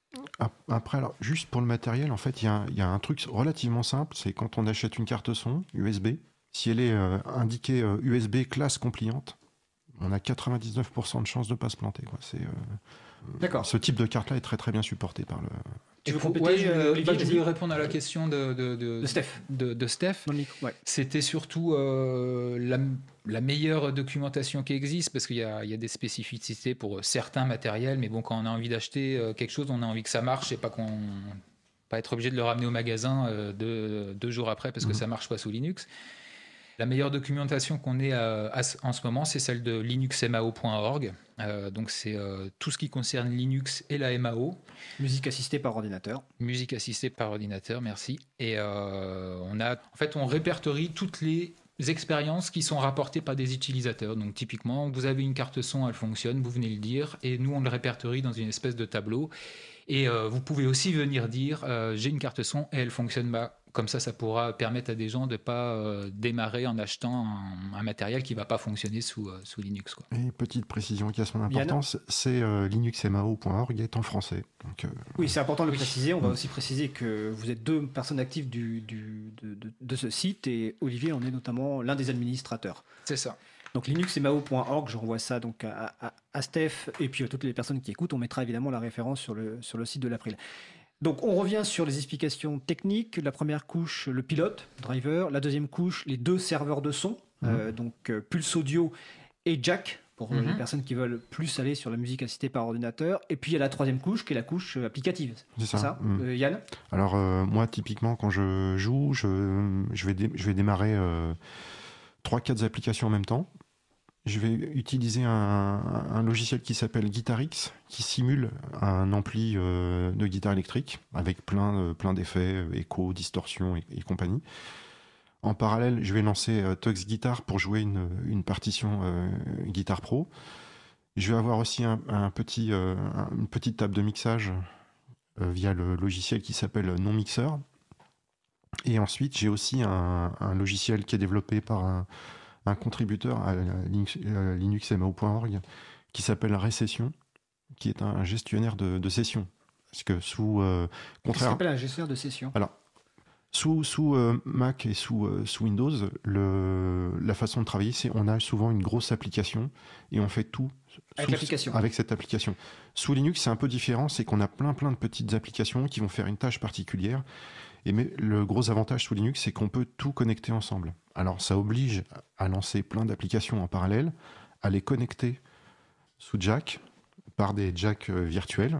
Après, alors, juste pour le matériel, en fait, il y, y a un truc relativement simple, c'est quand on achète une carte son U S B, si elle est euh, indiquée euh, U S B classe compliante, on a quatre-vingt-dix-neuf pour cent de chances de ne pas se planter, quoi. C'est... Euh... D'accord. Ce type de carte-là est très très bien supporté par le. Tu veux compléter, ouais, je, euh, Olivier, bah, je voulais répondre à la question de, de, de, de Steph. De, de Steph. Dans le micro, ouais. C'était surtout euh, la, la meilleure documentation qui existe, parce qu'il y a, il y a des spécificités pour certains matériels, mais bon, quand on a envie d'acheter quelque chose, on a envie que ça marche et pas qu'on pas être obligé de le ramener au magasin euh, deux, deux jours après parce que mmh. ça marche pas sous Linux. La meilleure documentation qu'on ait à, à, en ce moment, c'est celle de linux m a o point org. Euh, donc c'est euh, tout ce qui concerne Linux et la M A O. Musique assistée par ordinateur. Musique assistée par ordinateur, merci. Et euh, on a, en fait, on répertorie toutes les expériences qui sont rapportées par des utilisateurs. Donc typiquement, vous avez une carte son, elle fonctionne, vous venez le dire, et nous on le répertorie dans une espèce de tableau. Et euh, vous pouvez aussi venir dire, euh, j'ai une carte son et elle fonctionne pas. Comme ça, ça pourra permettre à des gens de ne pas euh, démarrer en achetant un, un matériel qui ne va pas fonctionner sous, euh, sous Linux, quoi. Et petite précision qui a son importance, Yann. c'est euh, linux m a o point org est en français. Donc, euh, oui, c'est important de le oui. préciser. On va aussi préciser que vous êtes deux personnes actives du, du, de, de, de ce site et Olivier en est notamment l'un des administrateurs. C'est ça. Donc linux m a o point org, je renvoie ça donc à, à, à Steph et puis à toutes les personnes qui écoutent. On mettra évidemment la référence sur le, sur le site de l'April. Donc on revient sur les explications techniques. La première couche, le pilote, driver. La deuxième couche, les deux serveurs de son, mmh. euh, donc euh, Pulse Audio et Jack, pour mmh. les personnes qui veulent plus aller sur la musique assistée par ordinateur. Et puis il y a la troisième couche, qui est la couche applicative. C'est ça, ça mmh. euh, Yann ? Alors euh, moi, typiquement, quand je joue, je, je, vais, dé- je vais démarrer euh, trois quatre applications en même temps. Je vais utiliser un, un logiciel qui s'appelle GuitarX, qui simule un ampli euh, de guitare électrique, avec plein, euh, plein d'effets, écho, distorsion et, et compagnie. En parallèle, je vais lancer euh, Tux Guitar pour jouer une, une partition euh, Guitar Pro. Je vais avoir aussi un, un petit, euh, une petite table de mixage euh, via le logiciel qui s'appelle NonMixer. Et ensuite, j'ai aussi un, un logiciel qui est développé par un, un contributeur à Linux, à linux M A O point org qui s'appelle Récession, qui est un gestionnaire de, de sessions. Parce que sous... Euh, contraire... Ça s'appelle un gestionnaire de sessions. Alors, sous, sous euh, Mac et sous, euh, sous Windows, le, la façon de travailler, c'est on a souvent une grosse application et on fait tout avec, sous, l'application. avec cette application. Sous Linux, c'est un peu différent, c'est qu'on a plein plein de petites applications qui vont faire une tâche particulière. Et mais le gros avantage sous Linux, c'est qu'on peut tout connecter ensemble. Alors, ça oblige à lancer plein d'applications en parallèle, à les connecter sous Jack, par des jacks euh, virtuels.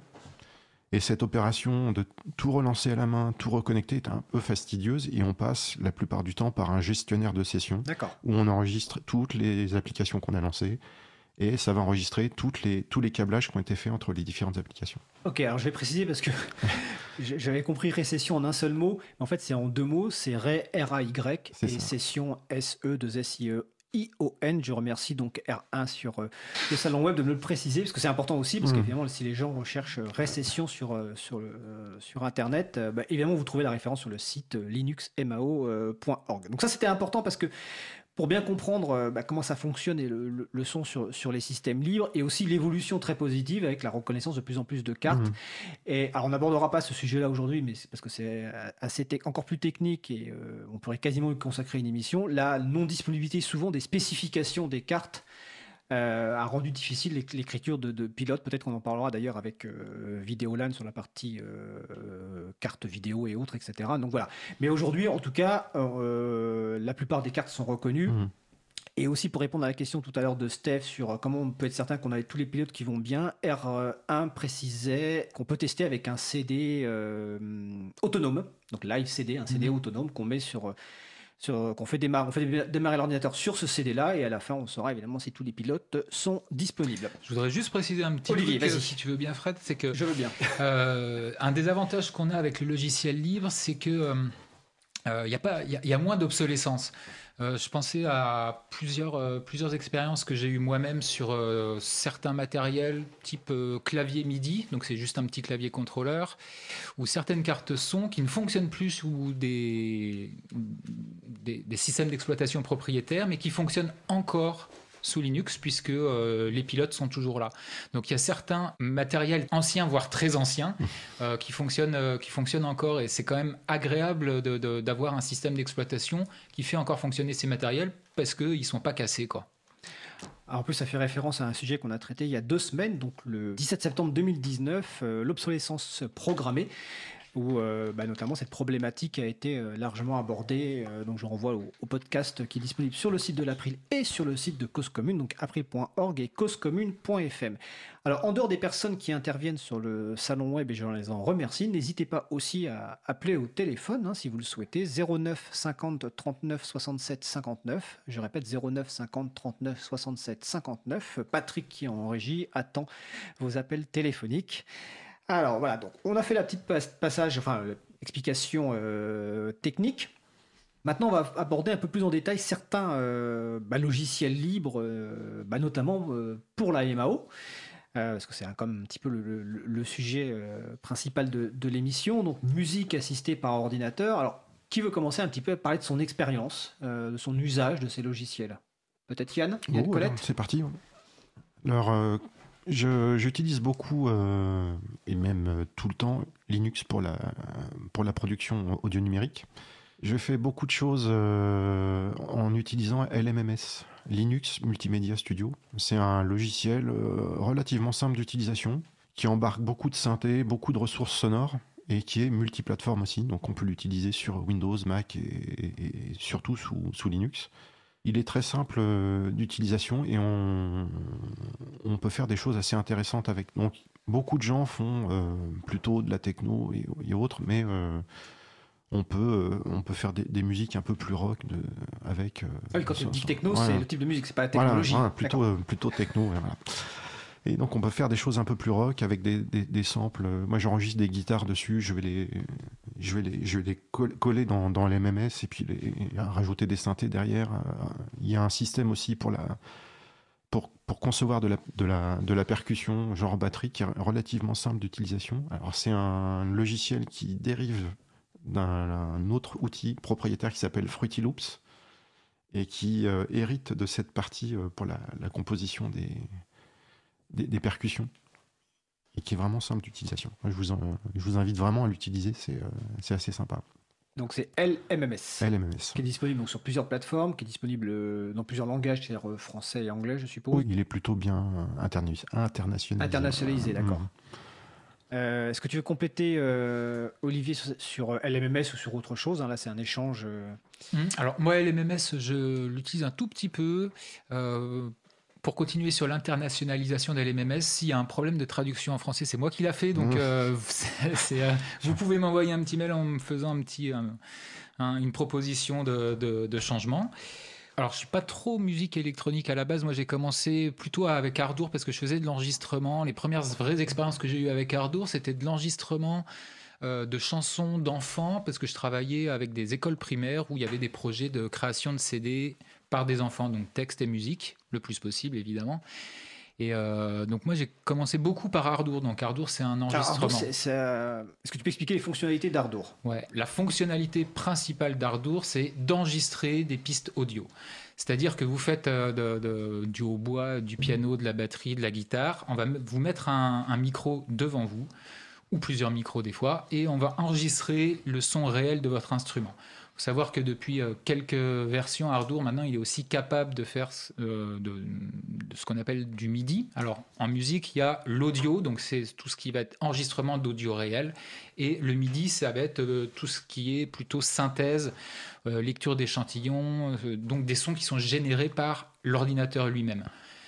Et cette opération de tout relancer à la main, tout reconnecter est un peu fastidieuse et on passe la plupart du temps par un gestionnaire de session où on enregistre toutes les applications qu'on a lancées et ça va enregistrer toutes les, tous les câblages qui ont été faits entre les différentes applications. Ok, alors je vais préciser parce que j'avais compris récession en un seul mot, mais en fait c'est en deux mots, c'est Ray, R A Y, et ça. Session, S E deux S I E. I O N, je remercie donc R un sur euh, le salon web de me le préciser parce que c'est important aussi parce mmh. qu'évidemment si les gens recherchent récession sur, euh, sur, le, euh, sur internet, euh, bah, évidemment vous trouvez la référence sur le site euh, linux M A O point org. Donc ça c'était important parce que pour bien comprendre euh, bah, comment ça fonctionne et le, le, le son sur, sur les systèmes libres et aussi l'évolution très positive avec la reconnaissance de plus en plus de cartes. Mmh. Et alors on n'abordera pas ce sujet-là aujourd'hui, mais c'est parce que c'est assez te- encore plus technique et euh, on pourrait quasiment y consacrer une émission. La non-disponibilité souvent des spécifications des cartes euh, a rendu difficile l'écriture de, de pilotes. Peut-être qu'on en parlera d'ailleurs avec euh, Vidéolan sur la partie euh, cartes vidéo et autres, et cetera. Donc voilà. Mais aujourd'hui, en tout cas, euh, la plupart des cartes sont reconnues. Mmh. Et aussi pour répondre à la question tout à l'heure de Steph sur comment on peut être certain qu'on a tous les pilotes qui vont bien, R un précisait qu'on peut tester avec un C D euh, autonome, donc live C D, un C D mmh. autonome qu'on met sur... Sur, qu'on fait démarrer, on fait démarrer l'ordinateur sur ce C D-là et à la fin on saura évidemment si tous les pilotes sont disponibles. Je voudrais juste préciser un petit Olivier, truc, vas-y. si tu veux bien Fred, c'est que je veux bien. Euh, un des avantages qu'on a avec le logiciel libre, c'est que il euh, y a pas, il y, y a moins d'obsolescence. Euh, je pensais à plusieurs, euh, plusieurs expériences que j'ai eues moi-même sur euh, certains matériels type euh, clavier MIDI, donc c'est juste un petit clavier contrôleur, ou certaines cartes son qui ne fonctionnent plus sous des, des, des systèmes d'exploitation propriétaires, mais qui fonctionnent encore sous Linux, puisque euh, les pilotes sont toujours là. Donc il y a certains matériels anciens, voire très anciens, euh, qui, fonctionnent, euh, qui fonctionnent encore, et c'est quand même agréable de, de, d'avoir un système d'exploitation qui fait encore fonctionner ces matériels, parce qu'ils ne sont pas cassés, quoi. Alors en plus, ça fait référence à un sujet qu'on a traité il y a deux semaines, donc le dix-sept septembre deux mille dix-neuf, euh, l'obsolescence programmée, où euh, bah, notamment cette problématique a été euh, largement abordée. Euh, donc je renvoie au, au podcast qui est disponible sur le site de l'April et sur le site de Cause Commune, donc april point org et cause commune point f m. Alors en dehors des personnes qui interviennent sur le salon web, et je les en remercie, n'hésitez pas aussi à appeler au téléphone hein, si vous le souhaitez, zéro neuf cinquante trente-neuf soixante-sept cinquante-neuf. Je répète, zéro neuf cinquante trente-neuf soixante-sept cinquante-neuf. Patrick qui est en régie attend vos appels téléphoniques. Alors voilà, donc on a fait la petite passage, enfin explication euh, technique. Maintenant, on va aborder un peu plus en détail certains euh, bah, logiciels libres, euh, bah, notamment euh, pour la M A O, euh, parce que c'est comme un petit peu le, le, le sujet euh, principal de, de l'émission. Donc musique assistée par ordinateur. Alors, qui veut commencer un petit peu à parler de son expérience, euh, de son usage de ces logiciels ? Peut-être Yann, Yann oh, Colette ? alors, c'est parti. Alors. Euh... Je, j'utilise beaucoup, euh, et même euh, tout le temps, Linux pour la, pour la production audio numérique. Je fais beaucoup de choses euh, en utilisant L M M S, Linux Multimedia Studio. C'est un logiciel euh, relativement simple d'utilisation, qui embarque beaucoup de synthé, beaucoup de ressources sonores, et qui est multiplateforme aussi. Donc on peut l'utiliser sur Windows, Mac, et, et, et surtout sous, sous Linux. Il est très simple d'utilisation et on, on peut faire des choses assez intéressantes avec. Donc, beaucoup de gens font euh, plutôt de la techno et, et autres, mais euh, on, peut, euh, on peut faire des, des musiques un peu plus rock de, avec. Euh, ah oui, quand tu dis techno, voilà. C'est le type de musique, c'est pas la technologie. Voilà, voilà, plutôt, euh, plutôt techno. Voilà. Et donc on peut faire des choses un peu plus rock avec des, des, des samples. Moi j'enregistre des guitares dessus, je vais les, je vais les, je vais les coller dans, dans les M M S et puis les, rajouter des synthés derrière. Il y a un système aussi pour, la, pour pour concevoir de la, de, la, de la percussion genre batterie qui est relativement simple d'utilisation. Alors c'est un logiciel qui dérive d'un un autre outil propriétaire qui s'appelle Fruity Loops et qui euh, hérite de cette partie euh, pour la, la composition des, des, des percussions et qui est vraiment simple d'utilisation. Je vous, en, je vous invite vraiment à l'utiliser, c'est, euh, c'est assez sympa. Donc c'est L M M S. L M M S. Qui est disponible donc, sur plusieurs plateformes, qui est disponible dans plusieurs langages, c'est-à-dire français et anglais, je suppose. Oui, il est plutôt bien interna- internationalisé. Internationalisé, d'accord. Mmh. Euh, est-ce que tu veux compléter, euh, Olivier, sur, sur L M M S ou sur autre chose, hein? Là, c'est un échange. Euh... Mmh. Alors, moi, L M M S, je l'utilise un tout petit peu. Euh, pour continuer sur l'internationalisation d'L M M S, s'il y a un problème de traduction en français, c'est moi qui l'a fait. Donc, mmh. euh, c'est, c'est, euh, vous pouvez m'envoyer un petit mail en me faisant un petit, un, un, une proposition de, de, de changement. Alors, je ne suis pas trop musique électronique à la base. Moi, j'ai commencé plutôt avec Ardour parce que je faisais de l'enregistrement. Les premières vraies expériences que j'ai eues avec Ardour, c'était de l'enregistrement euh, de chansons d'enfants parce que je travaillais avec des écoles primaires où il y avait des projets de création de C D par des enfants, donc texte et musique, le plus possible, évidemment. Et euh, donc, moi, j'ai commencé beaucoup par Ardour. Donc, Ardour, c'est un enregistrement. Alors, Ardour, c'est, c'est, euh... Est-ce que tu peux expliquer les fonctionnalités d'Ardour ? Ouais. La fonctionnalité principale d'Ardour, c'est d'enregistrer des pistes audio. C'est-à-dire que vous faites euh, de, de, du hautbois, du piano, de la batterie, de la guitare. On va m- vous mettre un, un micro devant vous, ou plusieurs micros des fois, et on va enregistrer le son réel de votre instrument. Il faut savoir que depuis euh, quelques versions, Ardour, maintenant, il est aussi capable de faire euh, de, de ce qu'on appelle du MIDI. Alors, en musique, il y a l'audio, donc c'est tout ce qui va être enregistrement d'audio réel. Et le MIDI, ça va être euh, tout ce qui est plutôt synthèse, euh, lecture d'échantillons, euh, donc des sons qui sont générés par l'ordinateur lui-même.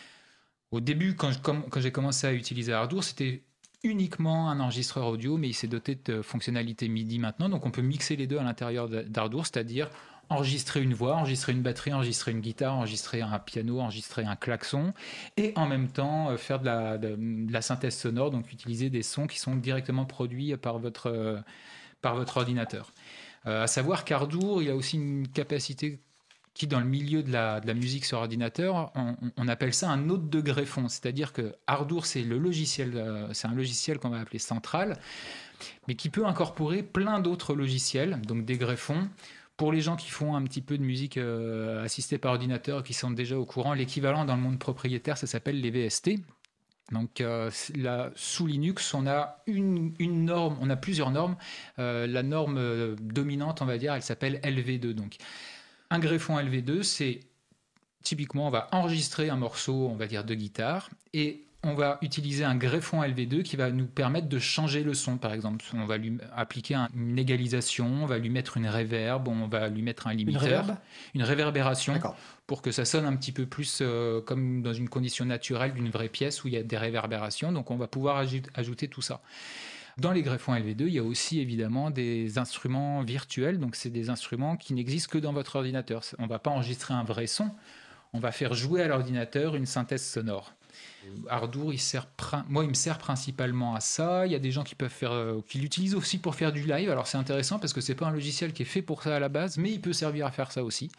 Au début, quand, je, quand, quand j'ai commencé à utiliser Ardour, c'était uniquement un enregistreur audio, mais il s'est doté de fonctionnalités MIDI maintenant, donc on peut mixer les deux à l'intérieur d'Ardour, c'est-à-dire enregistrer une voix, enregistrer une batterie, enregistrer une guitare, enregistrer un piano, enregistrer un klaxon, et en même temps faire de la, de, de la synthèse sonore, donc utiliser des sons qui sont directement produits par votre, euh, par votre ordinateur. Euh, à savoir qu'Ardour, il a aussi une capacité qui, dans le milieu de la, de la musique sur ordinateur, on, on appelle ça un hôte de greffon. C'est-à-dire que Ardour, c'est, le logiciel, euh, c'est un logiciel qu'on va appeler central, mais qui peut incorporer plein d'autres logiciels, donc des greffons. Pour les gens qui font un petit peu de musique euh, assistée par ordinateur, qui sont déjà au courant, l'équivalent dans le monde propriétaire, ça s'appelle les V S T. Donc euh, là, sous Linux, on a une, une norme, on a plusieurs normes. Euh, la norme euh, dominante, on va dire, elle s'appelle L V deux. Donc, un greffon L V deux, c'est typiquement, on va enregistrer un morceau, on va dire, de guitare, et on va utiliser un greffon L V deux qui va nous permettre de changer le son, par exemple. On va lui appliquer un, une égalisation, on va lui mettre une réverb, on va lui mettre un limiteur, une, réverb une réverbération, D'accord. pour que ça sonne un petit peu plus euh, comme dans une condition naturelle d'une vraie pièce où il y a des réverbérations. Donc, on va pouvoir aj- ajouter tout ça. Dans les greffons L V deux, il y a aussi évidemment des instruments virtuels. Donc, c'est des instruments qui n'existent que dans votre ordinateur. On ne va pas enregistrer un vrai son. On va faire jouer à l'ordinateur une synthèse sonore. Ardour, il sert, moi, il me sert principalement à ça. Il y a des gens qui peuvent faire, euh, qui l'utilisent aussi pour faire du live. Alors, c'est intéressant parce que c'est pas un logiciel qui est fait pour ça à la base, mais il peut servir à faire ça aussi.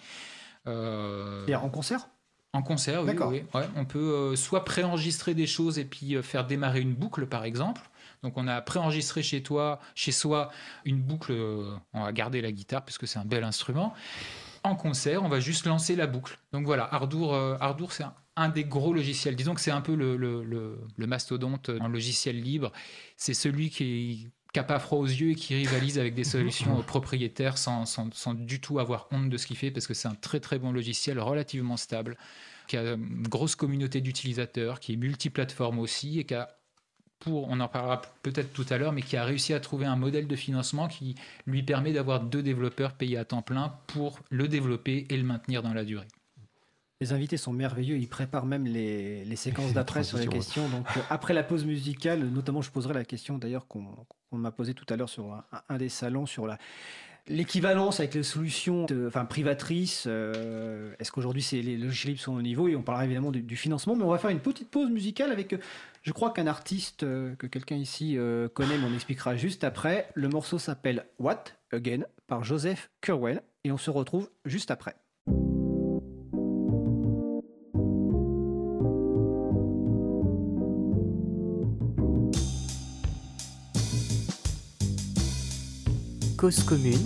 Euh... Et en concert ? En concert, oui. D'accord. oui. Ouais, on peut euh, soit préenregistrer des choses et puis euh, faire démarrer une boucle, par exemple. Donc, on a préenregistré chez toi, chez soi, une boucle. Euh, on va garder la guitare parce que c'est un bel instrument. En concert, on va juste lancer la boucle. Donc voilà, Ardour, euh, Ardour c'est un, un des gros logiciels. Disons que c'est un peu le, le, le, le mastodonte en logiciel libre. C'est celui qui n'a pas froid aux yeux et qui rivalise avec des solutions propriétaires sans, sans, sans du tout avoir honte de ce qu'il fait, parce que c'est un très très bon logiciel relativement stable, qui a une grosse communauté d'utilisateurs, qui est multiplateforme aussi, et qui a, pour, on en parlera peut-être tout à l'heure, mais qui a réussi à trouver un modèle de financement qui lui permet d'avoir deux développeurs payés à temps plein pour le développer et le maintenir dans la durée. Les invités sont merveilleux, ils préparent même les, les séquences d'après sur les questions. Donc, euh, après la pause musicale, notamment, je poserai la question d'ailleurs qu'on, qu'on m'a posée tout à l'heure sur un, un des salons, sur la, l'équivalence avec les solutions de, enfin, privatrices. Euh, est-ce qu'aujourd'hui, c'est, les logiciels libres sont au niveau ? Et on parlera évidemment du, du financement, mais on va faire une petite pause musicale avec, euh, je crois qu'un artiste euh, que quelqu'un ici euh, connaît, mais on expliquera juste après. Le morceau s'appelle What Again par Joseph Curwell, et on se retrouve juste après. Cause commune.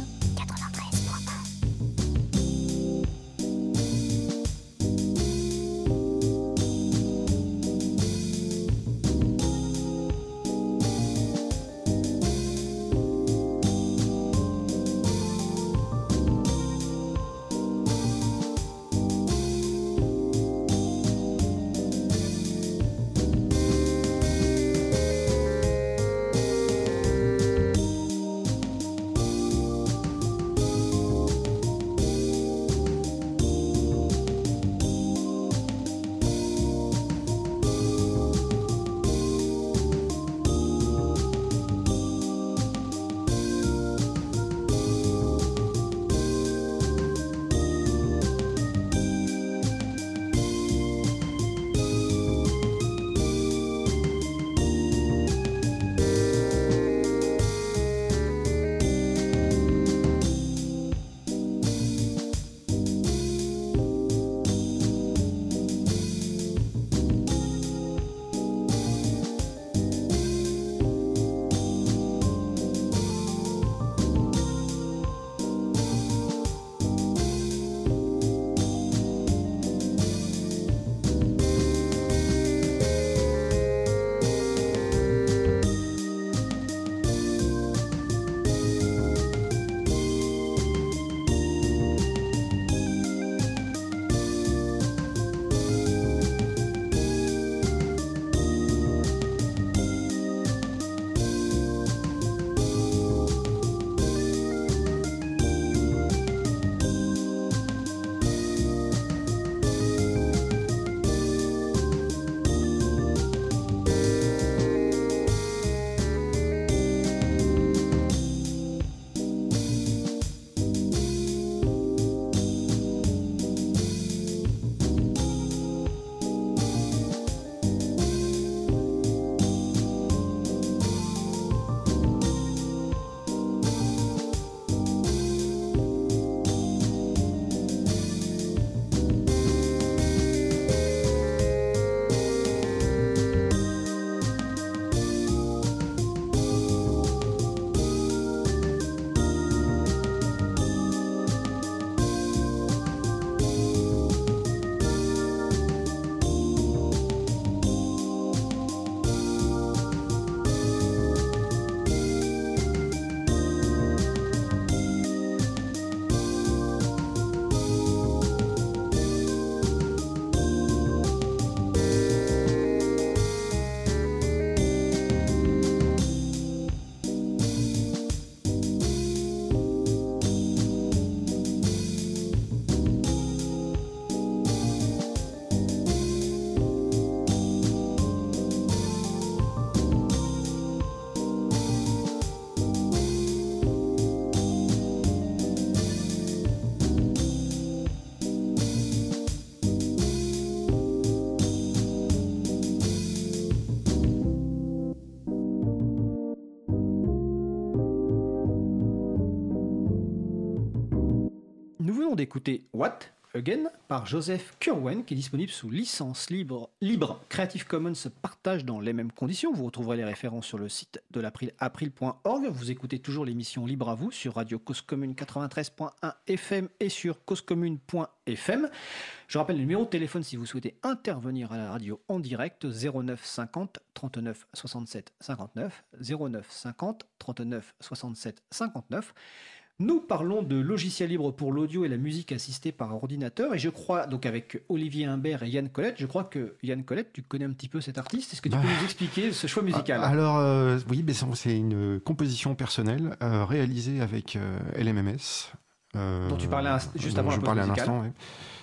D'écouter What Again par Joseph Curwen, qui est disponible sous licence libre, libre Creative Commons partage dans les mêmes conditions. Vous retrouverez les références sur le site de l'April, april point org. Vous écoutez toujours l'émission Libre à vous sur Radio Cause Commune quatre-vingt-treize point un F M et sur causecommune point F M. Je rappelle le numéro de téléphone si vous souhaitez intervenir à la radio en direct, zéro neuf cinquante trente-neuf soixante-sept cinquante-neuf, zéro neuf cinquante trente-neuf soixante-sept cinquante-neuf. Nous parlons de logiciels libres pour l'audio et la musique assistée par ordinateur, et je crois, donc avec Olivier Imbert et Yann Colette, je crois que Yann Colette, tu connais un petit peu cet artiste. Est-ce que tu peux nous expliquer ce choix musical ? Alors, euh, oui, mais c'est une composition personnelle euh, réalisée avec euh, L M M S. Euh, dont tu parlais un, juste avant la pause musicale. Je parlais un instant,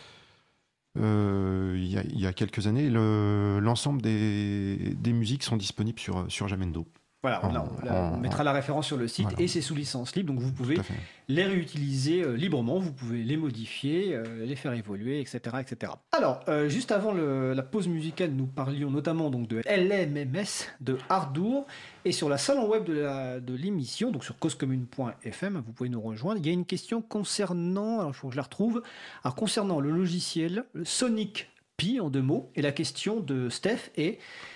oui. Euh, il, y a, il y a quelques années, le, l'ensemble des, des musiques sont disponibles sur, sur Jamendo. Voilà, on, on, on, on mettra la référence sur le site, voilà. Et c'est sous licence libre, donc vous pouvez les réutiliser euh, librement, vous pouvez les modifier, euh, les faire évoluer, et cetera, et cetera. Alors, euh, juste avant le, la pause musicale, nous parlions notamment donc de L M M S, de Ardour, et sur la salon web de, la, de l'émission, donc sur causecommune point F M, vous pouvez nous rejoindre. Il y a une question concernant, alors il faut que je la retrouve, alors concernant le logiciel le Sonic Pi en deux mots, et la question de Steph est: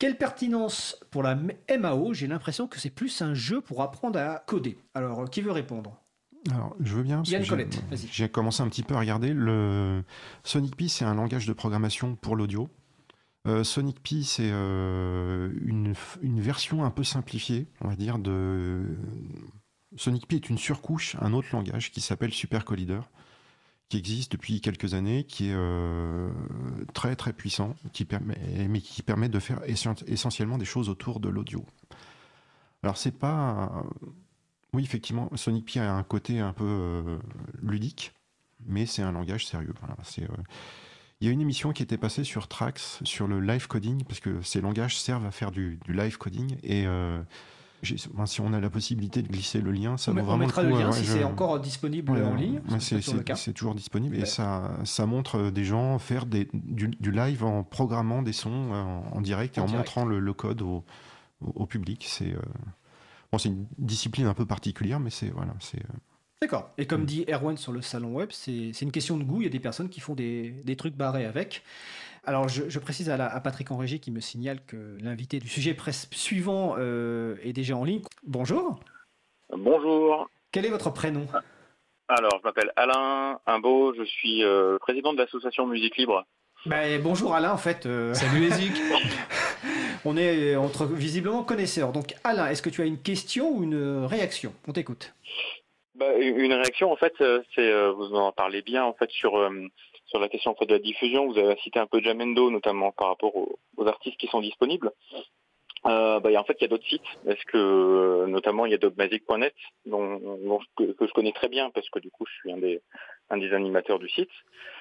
Quelle pertinence pour la M A O? J'ai l'impression que c'est plus un jeu pour apprendre à coder. Alors, qui veut répondre? Alors, je veux bien. parce Yann que Colette, j'ai- vas-y. J'ai commencé un petit peu à regarder. Le Sonic Pi, c'est un langage de programmation pour l'audio. Euh, Sonic Pi, c'est euh, une, une version un peu simplifiée, on va dire, de... Sonic Pi est une surcouche, un autre langage qui s'appelle Super Collider, qui existe depuis quelques années, qui est euh, très très puissant, qui permet, mais qui permet de faire essen- essentiellement des choses autour de l'audio. Alors c'est pas... Oui, effectivement, Sonic Pi a un côté un peu euh, ludique, mais c'est un langage sérieux. Voilà, c'est, euh... Il y a une émission qui était passée sur Trax, sur le live coding, parce que ces langages servent à faire du, du live coding, et euh, j'ai- enfin, si on a la possibilité de glisser le lien, ça On, vaut on vraiment mettra le le coup. lien ouais, si je- c'est encore disponible Ouais, en ouais, ligne. ouais, parce que c'est, toujours le c'est- cas. c'est toujours disponible, Ouais. et ça, ça montre des gens faire des, du, du live en programmant des sons euh, en, en direct et En en direct. montrant le, le code au, au, au public. C'est, euh, bon, c'est une discipline un peu particulière, mais c'est... Voilà, c'est euh, D'accord. Et comme Mm. dit Erwan sur le salon web, c'est c'est une question de goût. Il y a des personnes qui font des, des trucs barrés avec. Alors, je, je précise à, la- à Patrick en régie qui me signale que l'invité du sujet presse suivant euh, est déjà en ligne. Bonjour. Bonjour. Quel est votre prénom? Alors, je m'appelle Alain Imbeau, je suis euh, président de l'association Musique Libre. Ben, bonjour Alain, en fait. euh, Salut Ezik. on est entre visiblement connaisseurs. Donc, Alain, est-ce que tu as une question ou une réaction? On t'écoute. Bah, une réaction, en fait, euh, c'est euh, vous en parlez bien, en fait, sur euh, sur la question en fait, de la diffusion. Vous avez cité un peu Jamendo, notamment par rapport aux, aux artistes qui sont disponibles. Euh, bah, y a- en fait, il y a d'autres sites, parce que euh, notamment il y a dogmazic point net, dont, dont je- que, que je connais très bien, parce que du coup, je suis un des un des animateurs du site.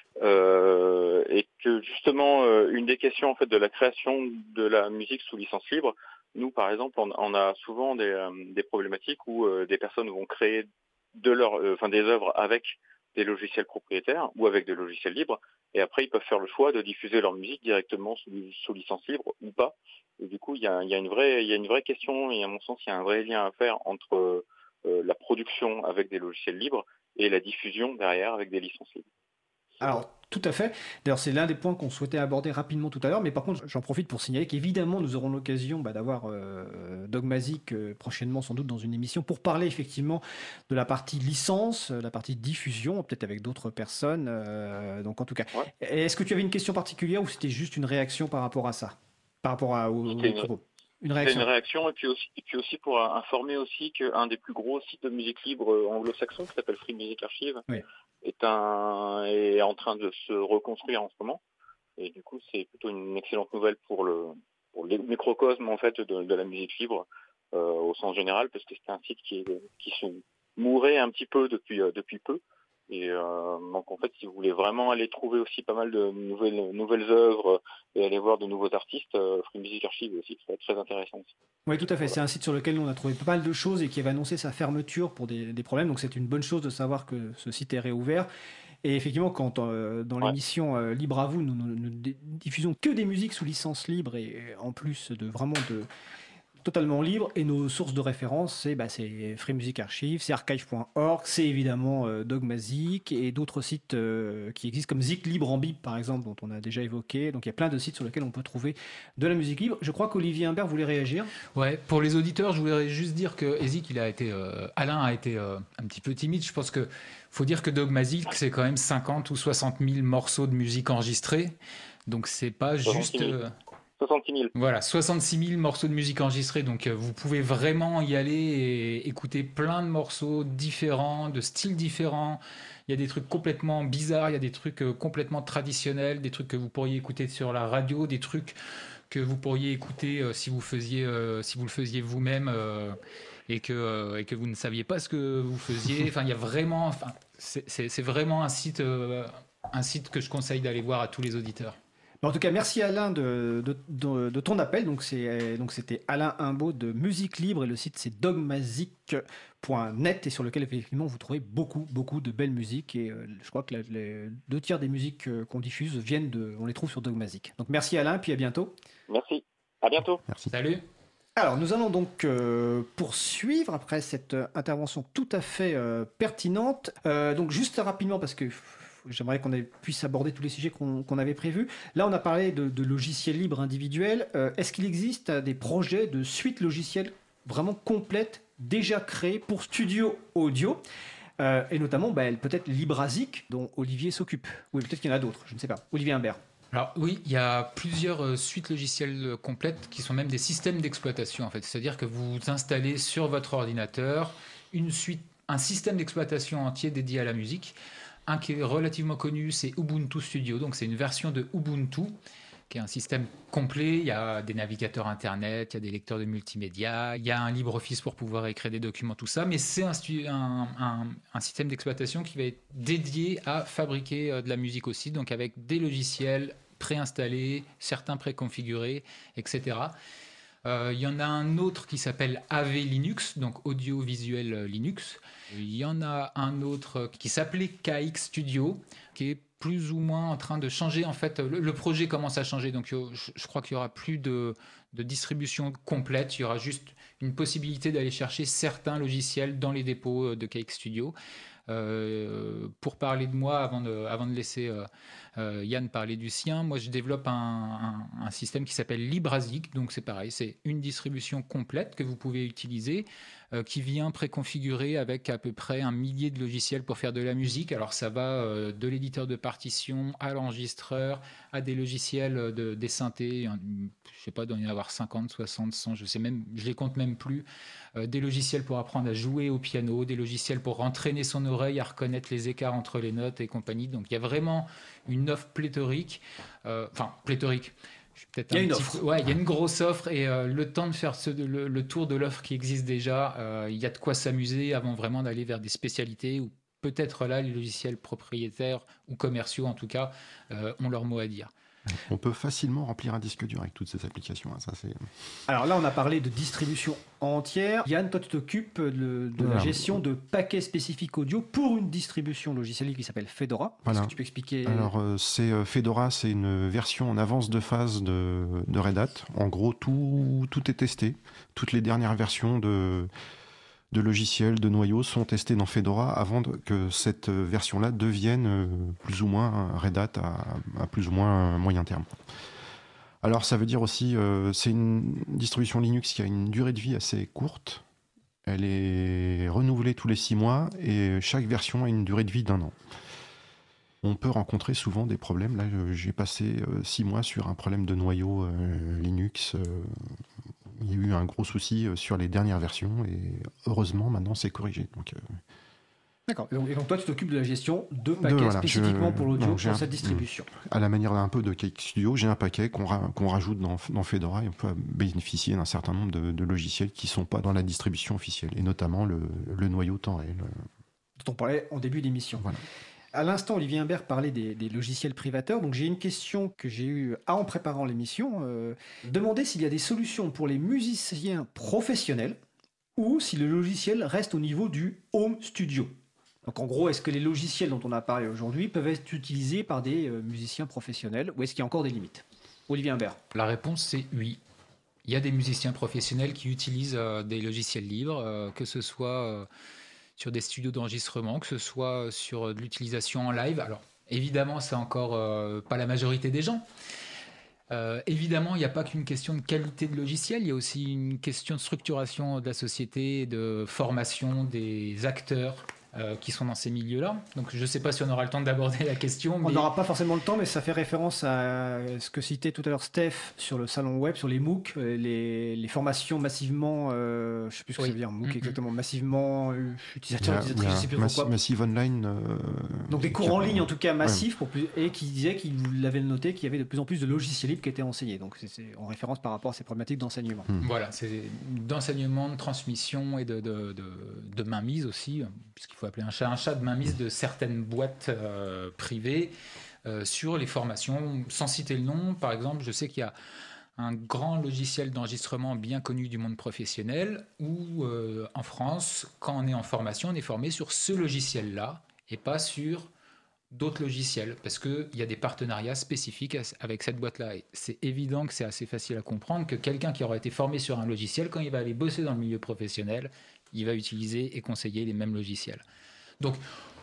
Euh, et que justement euh, une des questions en fait de la création de la musique sous licence libre, nous par exemple on, on a souvent des, euh, des problématiques où euh, des personnes vont créer de leur, euh, enfin des œuvres avec des logiciels propriétaires ou avec des logiciels libres, et après ils peuvent faire le choix de diffuser leur musique directement sous, sous licence libre ou pas. Et du coup il y a, il y a une vraie, il y a une vraie question, et à mon sens il y a un vrai lien à faire entre euh, la production avec des logiciels libres et la diffusion derrière avec des licences libres. Alors, tout à fait. D'ailleurs, c'est l'un des points qu'on souhaitait aborder rapidement tout à l'heure, mais par contre, j'en profite pour signaler qu'évidemment, nous aurons l'occasion bah, d'avoir euh, Dogmazic euh, prochainement, sans doute, dans une émission, pour parler effectivement de la partie licence, euh, la partie diffusion, peut-être avec d'autres personnes. euh, donc, en tout cas, Ouais. Et est-ce que tu avais une question particulière ou c'était juste une réaction par rapport à ça? Par rapport à, au, C'était au une- propos Une C'est réaction. une réaction, et puis aussi, et puis aussi pour informer aussi qu'un des plus gros sites de musique libre euh, anglo-saxon, qui s'appelle Free Music Archive, Oui. est, un, est en train de se reconstruire en ce moment. Et du coup, c'est plutôt une excellente nouvelle pour le, pour le microcosme en fait de, de la musique libre euh, au sens général, parce que c'était un site qui, qui se mourait un petit peu depuis, euh, depuis peu. Et euh, donc en fait, si vous voulez vraiment aller trouver aussi pas mal de nouvelles, nouvelles œuvres et aller voir de nouveaux artistes, euh, Free Music Archive est aussi très, très intéressant aussi. Oui, tout à fait. C'est un site sur lequel on a trouvé pas mal de choses et qui avait annoncé sa fermeture pour des, des problèmes. Donc, c'est une bonne chose de savoir que ce site est réouvert. Et effectivement, quand euh, dans Ouais. l'émission euh, Libre à vous, nous ne diffusons que des musiques sous licence libre et euh, en plus de vraiment de totalement libre. Et nos sources de référence, c'est bah, c'est Free Music Archive, c'est archive point org, c'est évidemment euh, Dogmazic et d'autres sites euh, qui existent comme Zik Libre en Bib, par exemple, dont on a déjà évoqué. Donc, il y a plein de sites sur lesquels on peut trouver de la musique libre. Je crois qu'Olivier Imbert voulait réagir. Ouais, pour les auditeurs, je voudrais juste dire que Ezik, il a été, euh, Alain a été euh, un petit peu timide. Je pense que faut dire que Dogmazic, c'est quand même cinquante ou soixante mille morceaux de musique enregistrés. Donc c'est pas soixante-six juste. mille. euh, soixante-six mille. Voilà, soixante-six mille morceaux de musique enregistrés, donc euh, vous pouvez vraiment y aller et écouter plein de morceaux différents, de styles différents. Il y a des trucs complètement bizarres, il y a des trucs euh, complètement traditionnels, des trucs que vous pourriez écouter sur la radio, des trucs que vous pourriez écouter euh, si vous faisiez, euh, si vous le faisiez vous-même euh, et que euh, et que vous ne saviez pas ce que vous faisiez. Enfin, il y a vraiment, enfin, c'est, c'est, c'est vraiment un site, euh, un site que je conseille d'aller voir à tous les auditeurs. En tout cas, merci Alain de, de, de, de ton appel. Donc, c'est, donc c'était Alain Imbeau de Musique Libre et le site c'est dogmazic point net et sur lequel effectivement vous trouvez beaucoup, beaucoup de belles musiques et euh, je crois que la, les deux tiers des musiques euh, qu'on diffuse viennent de, on les trouve sur Dogmazic. Donc merci Alain, puis à bientôt. Merci. À bientôt. Merci. Salut. Alors, nous allons donc euh, poursuivre après cette euh, intervention tout à fait euh, pertinente. Euh, donc, juste rapidement, parce que j'aimerais qu'on ait- puisse aborder tous les sujets qu'on qu'on avait prévus. Là, on a parlé de, de logiciels libres individuels. Euh, Est-ce qu'il existe euh, des projets de suite logicielle vraiment complète, déjà créée pour studio audio euh, et notamment bah, peut-être LibreAsic, dont Olivier s'occupe. Oui, peut-être qu'il y en a d'autres, je ne sais pas. Olivier Imbert. Alors oui, il y a plusieurs euh, suites logicielles euh, complètes qui sont même des systèmes d'exploitation en fait. C'est-à-dire que vous installez sur votre ordinateur une suite, un système d'exploitation entier dédié à la musique. Un qui est relativement connu, c'est Ubuntu Studio. Donc c'est une version de Ubuntu qui est un système complet. Il y a des navigateurs internet, il y a des lecteurs de multimédia, il y a un LibreOffice pour pouvoir écrire des documents, tout ça. Mais c'est un, stu- un, un- un système d'exploitation qui va être dédié à fabriquer euh, de la musique aussi, donc avec des logiciels préinstallés, certains préconfigurés, et cetera. Euh, il y en a un autre qui s'appelle A V Linux, donc audiovisuel euh, Linux. Il y en a un autre qui s'appelait K X Studio, qui est plus ou moins en train de changer. En fait, le, le projet commence à changer, donc euh, je, je crois qu'il y aura plus de, de distribution complète. Il y aura juste une possibilité d'aller chercher certains logiciels dans les dépôts euh, de K X Studio. Euh, pour parler de moi, avant de, avant de laisser euh, euh, Yann parler du sien, moi je développe un, un- un système qui s'appelle LibreAsic. Donc c'est pareil, c'est une distribution complète que vous pouvez utiliser, euh, qui vient préconfigurée avec à peu près un millier de logiciels pour faire de la musique. Alors ça va euh, de l'éditeur de partition à l'enregistreur, à des logiciels de, des synthés. Je sais pas, il doit y en avoir cinquante, soixante, cent, je sais même, je les compte même plus. Euh, des logiciels pour apprendre à jouer au piano, des logiciels pour entraîner son oreille à reconnaître les écarts entre les notes et compagnie. Donc il y a vraiment une offre pléthorique, euh, enfin pléthorique. Je suis peut-être Il y a un une petit offre. peu- ouais, il y a une grosse offre et euh, le temps de faire ce- le, le tour de l'offre qui existe déjà, euh, il y a de quoi s'amuser avant vraiment d'aller vers des spécialités où peut-être là les logiciels propriétaires ou commerciaux en tout cas euh, ont leur mot à dire. On peut facilement remplir un disque dur avec toutes ces applications. hein, Ça, c'est... Alors là, on a parlé de distribution entière. Yann, toi, tu t'occupes de, de la Voilà. gestion de paquets spécifiques audio pour une distribution logicielle qui s'appelle Fedora. Voilà. Est-ce que tu peux expliquer Alors, euh, c'est euh, Fedora, c'est une version en avance de phase de, de Red Hat. En gros, tout, tout est testé. Toutes les dernières versions de, de logiciels, de noyaux sont testées dans Fedora avant de- que cette euh, version-là devienne euh, plus ou moins Red Hat à, à plus ou moins moyen terme. Alors, ça veut dire aussi, euh, c'est une distribution Linux qui a une durée de vie assez courte. Elle est renouvelée tous les six mois et chaque version a une durée de vie d'un an. On peut rencontrer souvent des problèmes. Là, je- j'ai passé euh, six mois sur un problème de noyau euh, Linux. euh, il y a eu un gros souci euh, sur les dernières versions et heureusement, maintenant, c'est corrigé. Donc, euh, D'accord. Et donc, et donc, toi, tu t'occupes de la gestion de paquets voilà, spécifiquement je- pour l'audio donc, j'ai pour un- cette distribution. à la manière d'un peu de K X Studio, j'ai un paquet qu'on ra- qu'on rajoute dans, dans Fedora et on peut bénéficier d'un certain nombre de, de logiciels qui ne sont pas dans la distribution officielle, et notamment le, le noyau temps réel. Dont on parlait en début d'émission. Voilà. À l'instant, Olivier Imbert parlait des, des logiciels privateurs. Donc, j'ai une question que j'ai eue en préparant l'émission. Euh, demander s'il y a des solutions pour les musiciens professionnels ou si le logiciel reste au niveau du home studio. Donc, en gros, est-ce que les logiciels dont on a parlé aujourd'hui peuvent être utilisés par des euh, musiciens professionnels ou est-ce qu'il y a encore des limites? Olivier Imbert. La réponse, c'est oui. Il y a des musiciens professionnels qui utilisent euh, des logiciels libres, euh, que ce soit euh, sur des studios d'enregistrement, que ce soit sur euh, de l'utilisation en live. Alors, évidemment, c'est encore euh, pas la majorité des gens. Euh, évidemment, il n'y a pas qu'une question de qualité de logiciel, il y a aussi une question de structuration de la société, de formation des acteurs euh, qui sont dans ces milieux-là. Donc, je ne sais pas si on aura le temps d'aborder la question. On mais- n'aura pas forcément le temps, mais ça fait référence à ce que citait tout à l'heure Steph sur le salon web, sur les MOOC, euh, les, les formations massivement, euh, je ne sais plus ce que Oui. ça veut dire, MOOC Mhm. exactement, massivement euh, utilisateurs, Il y a- utilisatrices, il y a je ne sais plus trop Massi- quoi. Massive Online. euh, Donc des qui cours en a- ligne en tout cas massifs, pour plus, et qui disait qu'il l'avait noté qu'il y avait de plus en plus de logiciels libres qui étaient enseignés. Donc c'est- c'est en référence par rapport à ces problématiques d'enseignement. Hmm. Voilà, c'est d'enseignement, de transmission et de, de, de, de mainmise aussi, puisqu'il faut appeler un chat un chat, de mainmise de certaines boîtes euh, privées euh, sur les formations. Sans citer le nom, par exemple, je sais qu'il y a un grand logiciel d'enregistrement bien connu du monde professionnel où, euh, en France, quand on est en formation, on est formé sur ce logiciel-là et pas sur d'autres logiciels, parce qu'il y a des partenariats spécifiques avec cette boîte-là. Et c'est évident que c'est assez facile à comprendre que quelqu'un qui aura été formé sur un logiciel, quand il va aller bosser dans le milieu professionnel, il va utiliser et conseiller les mêmes logiciels. Donc,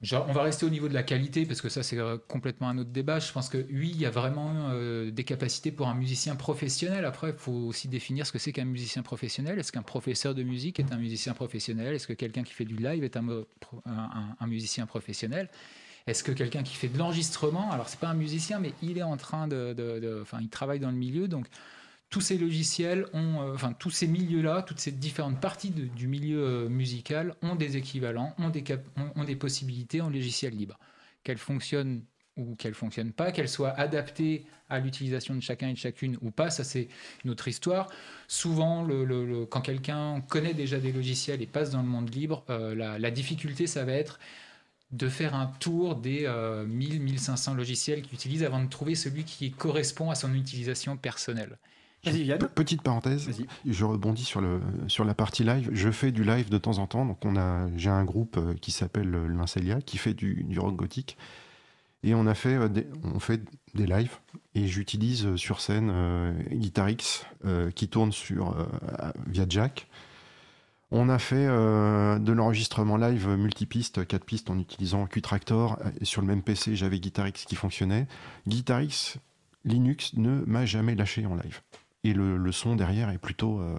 Genre, on va rester au niveau de la qualité parce que ça c'est complètement un autre débat. Je pense que oui, il y a vraiment euh, des capacités pour un musicien professionnel. Après, il faut aussi définir ce que c'est qu'un musicien professionnel. Est-ce qu'un professeur de musique est un musicien professionnel? Est-ce que quelqu'un qui fait du live est un, un, un, un musicien professionnel? Est-ce que quelqu'un qui fait de l'enregistrement, alors c'est pas un musicien, mais il est en train de, de, de, enfin, il travaille dans le milieu, donc tous ces logiciels ont, euh, enfin tous ces milieux-là, toutes ces différentes parties de, du milieu euh, musical ont des équivalents, ont des, cap- ont, ont des possibilités en logiciel libre. Qu'elles fonctionnent ou qu'elles ne fonctionnent pas, qu'elles soient adaptées à l'utilisation de chacun et de chacune ou pas, ça c'est une autre histoire. Souvent, le, le, le, quand quelqu'un connaît déjà des logiciels et passe dans le monde libre, euh, la, la difficulté, ça va être de faire un tour des euh, mille à mille cinq cents logiciels qu'il utilise avant de trouver celui qui correspond à son utilisation personnelle. Vas-y, Yann. Petite parenthèse, Vas-y. Je rebondis sur, le, sur la partie live. Je fais du live de temps en temps. Donc on a, j'ai un groupe qui s'appelle l'Incelia qui fait du, du rock gothique. Et on, a fait des, on fait des lives. Et j'utilise sur scène euh, Guitar X euh, qui tourne sur, euh, via Jack. On a fait euh, de l'enregistrement live multipiste, quatre pistes en utilisant Qtractor. Et sur le même P C, j'avais Guitar X qui fonctionnait. Guitar X, Linux ne m'a jamais lâché en live. Et le, le son derrière est plutôt, euh,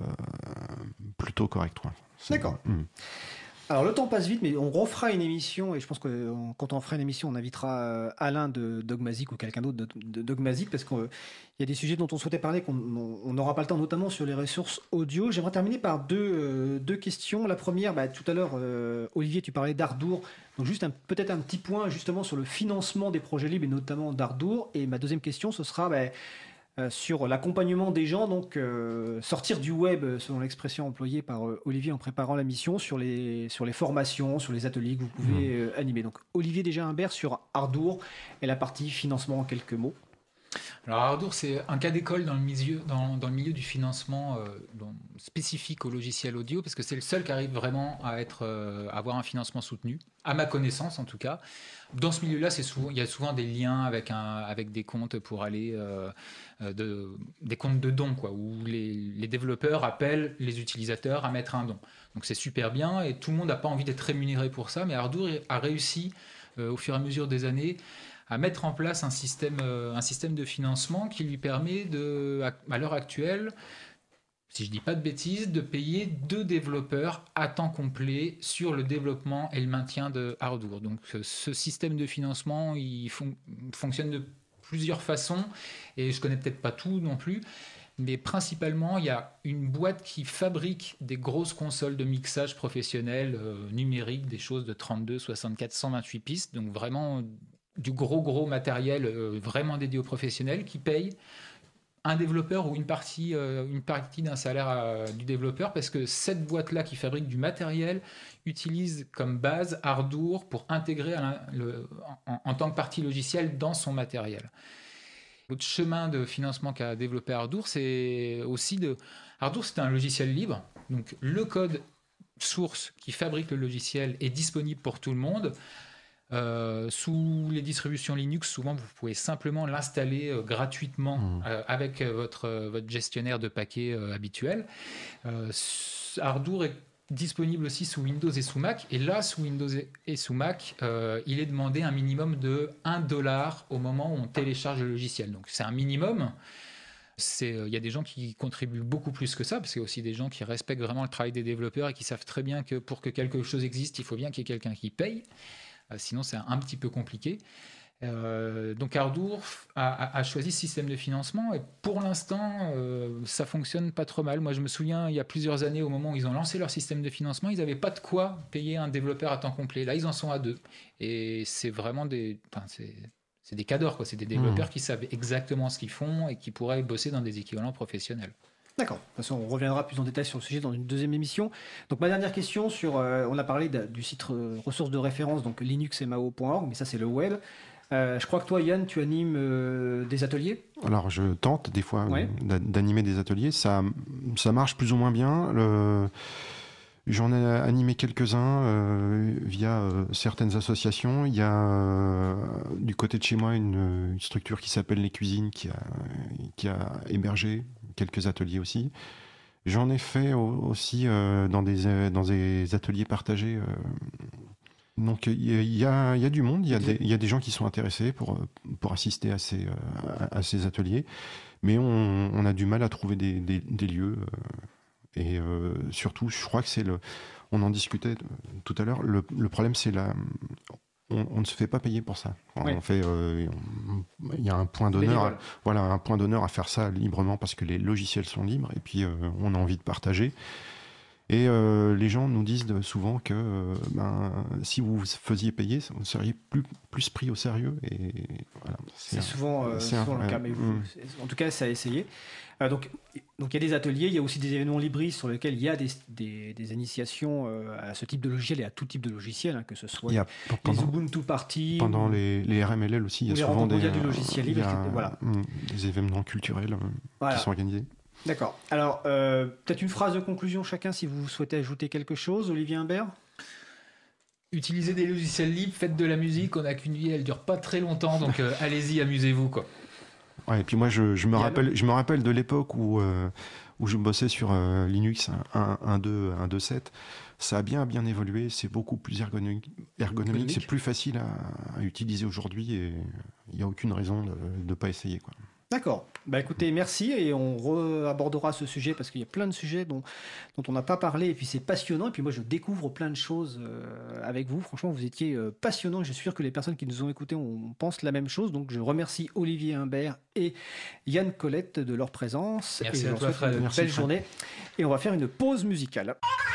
plutôt correct. Ouais. D'accord. Mm. Alors le temps passe vite, mais on refera une émission, et je pense que on, quand on fera une émission, on invitera Alain de Dogmazic ou quelqu'un d'autre de, de Dogmazic, parce qu'il y a des sujets dont on souhaitait parler qu'on n'aura pas le temps, notamment sur les ressources audio. J'aimerais terminer par deux, euh, deux questions. La première, bah, tout à l'heure, euh, Olivier, tu parlais d'Ardour, donc juste un, peut-être un petit point justement sur le financement des projets libres, et notamment d'Ardour. Et ma deuxième question, ce sera... Bah, Euh, sur l'accompagnement des gens, donc euh, sortir du web, selon l'expression employée par euh, Olivier en préparant la mission, sur les, sur les formations, sur les ateliers que vous pouvez euh, animer. Donc Olivier déjà Humbert sur Ardour et la partie financement en quelques mots. Alors Ardour, c'est un cas d'école dans le milieu, dans, dans le milieu du financement euh, dans, spécifique au logiciel audio, parce que c'est le seul qui arrive vraiment à être, euh, à avoir un financement soutenu, à ma connaissance en tout cas. Dans ce milieu-là, c'est souvent, il y a souvent des liens avec, un, avec des comptes pour aller, euh, de, des comptes de dons, quoi, où les, les développeurs appellent les utilisateurs à mettre un don. Donc c'est super bien et tout le monde n'a pas envie d'être rémunéré pour ça, mais Ardour a réussi euh, au fur et à mesure des années à mettre en place un système, euh, un système de financement qui lui permet, de, à, à l'heure actuelle, si je ne dis pas de bêtises, de payer deux développeurs à temps complet sur le développement et le maintien de Ardour. Donc ce système de financement, il fon- fonctionne de plusieurs façons, et je ne connais peut-être pas tout non plus, mais principalement, il y a une boîte qui fabrique des grosses consoles de mixage professionnels euh, numériques, des choses de trente-deux, soixante-quatre, cent vingt-huit pistes, donc vraiment du gros gros matériel euh, vraiment dédié aux professionnels, qui paye un développeur ou une partie, euh, une partie d'un salaire euh, du développeur, parce que cette boîte-là qui fabrique du matériel utilise comme base Ardour pour intégrer à le, en, en tant que partie logicielle dans son matériel. L'autre chemin de financement qu'a développé Ardour, c'est aussi de... Ardour, c'est un logiciel libre, donc le code source qui fabrique le logiciel est disponible pour tout le monde. Euh, sous les distributions Linux, souvent vous pouvez simplement l'installer euh, gratuitement mmh. euh, avec euh, votre, euh, votre gestionnaire de paquets euh, habituel. Euh, Ardour est disponible aussi sous Windows et sous Mac, et là sous Windows et sous Mac euh, il est demandé un minimum de un dollar au moment où on télécharge le logiciel. Donc c'est un minimum. Il euh, y a des gens qui contribuent beaucoup plus que ça, parce qu'il y a aussi des gens qui respectent vraiment le travail des développeurs et qui savent très bien que pour que quelque chose existe, il faut bien qu'il y ait quelqu'un qui paye. Euh, sinon, c'est un petit peu compliqué. Euh, donc, Ardour a, a choisi ce système de financement et pour l'instant, euh, ça fonctionne pas trop mal. Moi, je me souviens, il y a plusieurs années, au moment où ils ont lancé leur système de financement, ils n'avaient pas de quoi payer un développeur à temps complet. Là, ils en sont à deux. Et c'est vraiment des... Enfin, c'est, c'est des cadors, quoi. C'est des développeurs mmh. qui savent exactement ce qu'ils font et qui pourraient bosser dans des équivalents professionnels. D'accord. De toute façon, on reviendra plus en détail sur le sujet dans une deuxième émission. Donc, ma dernière question sur... Euh, on a parlé de, du site euh, ressources de référence, donc linux m a o point org, mais ça, c'est le web. Euh, je crois que toi, Yann, tu animes euh, des ateliers ? Alors, je tente des fois ouais. euh, d'animer des ateliers. Ça, ça marche plus ou moins bien. Le... J'en ai animé quelques-uns euh, via euh, certaines associations. Il y a euh, du côté de chez moi une, une structure qui s'appelle Les Cuisines qui a, qui a hébergé quelques ateliers aussi. J'en ai fait aussi euh, dans, des, dans des ateliers partagés euh, Donc il y, y, a, y a du monde, il y, y a des gens qui sont intéressés pour, pour assister à ces, à, à ces ateliers, mais on, on a du mal à trouver des, des, des lieux. Et euh, surtout, je crois que c'est le... On en discutait tout à l'heure, le, le problème c'est la... On, on ne se fait pas payer pour ça. Oui. On fait, euh, on, il y a un point d'honneur, à, voilà, un point d'honneur à faire ça librement parce que les logiciels sont libres et puis euh, on a envie de partager. Et euh, les gens nous disent de, souvent que euh, ben, si vous faisiez payer, vous seriez plus, plus pris au sérieux. Et voilà, c'est, c'est souvent, euh, c'est souvent un, le cas, mais vous, mm. en tout cas, ça a essayé. Euh, donc, donc il y a des ateliers, il y a aussi des événements Libris sur lesquels il y a des, des, des initiations euh, à ce type de logiciel et à tout type de logiciel, hein, que ce soit les, les Ubuntu Party. Pendant ou, les, les R M L L aussi, il y a souvent des, du logiciel libre, a, qui, voilà. des événements culturels euh, voilà. qui sont organisés. D'accord. Alors, euh, peut-être une phrase de conclusion chacun si vous souhaitez ajouter quelque chose. Olivier Imbert ? Utilisez des logiciels libres, faites de la musique, on n'a qu'une vie, elle dure pas très longtemps, donc euh, allez-y, amusez-vous, quoi. Ouais, et puis moi, je, je, me, rappelle, je me rappelle de l'époque où, euh, où je bossais sur euh, Linux un point deux, un point deux point sept. Ça a bien, bien évolué, c'est beaucoup plus ergonomique, ergonomique c'est plus facile à, à utiliser aujourd'hui et il n'y a aucune raison de ne pas essayer, quoi. D'accord. Bah écoutez, merci et on re-abordera ce sujet parce qu'il y a plein de sujets dont, dont on n'a pas parlé et puis c'est passionnant et puis moi je découvre plein de choses euh, avec vous. Franchement, vous étiez euh, passionnants et je suis sûr que les personnes qui nous ont écoutés on pense la même chose. Donc je remercie Olivier Imbert et Yann Colette de leur présence. Merci et à toi, Fred. Une merci, belle Fred. journée et on va faire une pause musicale.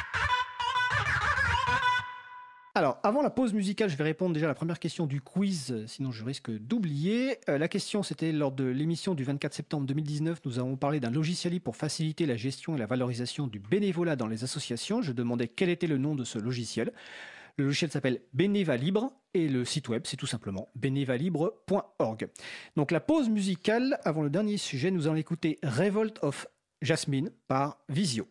Alors, avant la pause musicale, je vais répondre déjà à la première question du quiz, sinon je risque d'oublier. Euh, la question, c'était lors de l'émission du vingt-quatre septembre deux mille dix-neuf, nous avons parlé d'un logiciel libre pour faciliter la gestion et la valorisation du bénévolat dans les associations. Je demandais quel était le nom de ce logiciel. Le logiciel s'appelle Beneva Libre et le site web, c'est tout simplement benevalibre point org. Donc la pause musicale, avant le dernier sujet, nous allons écouter Revolt of Jasmine par Visio.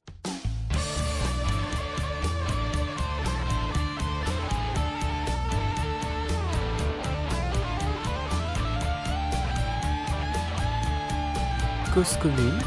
Cause commune.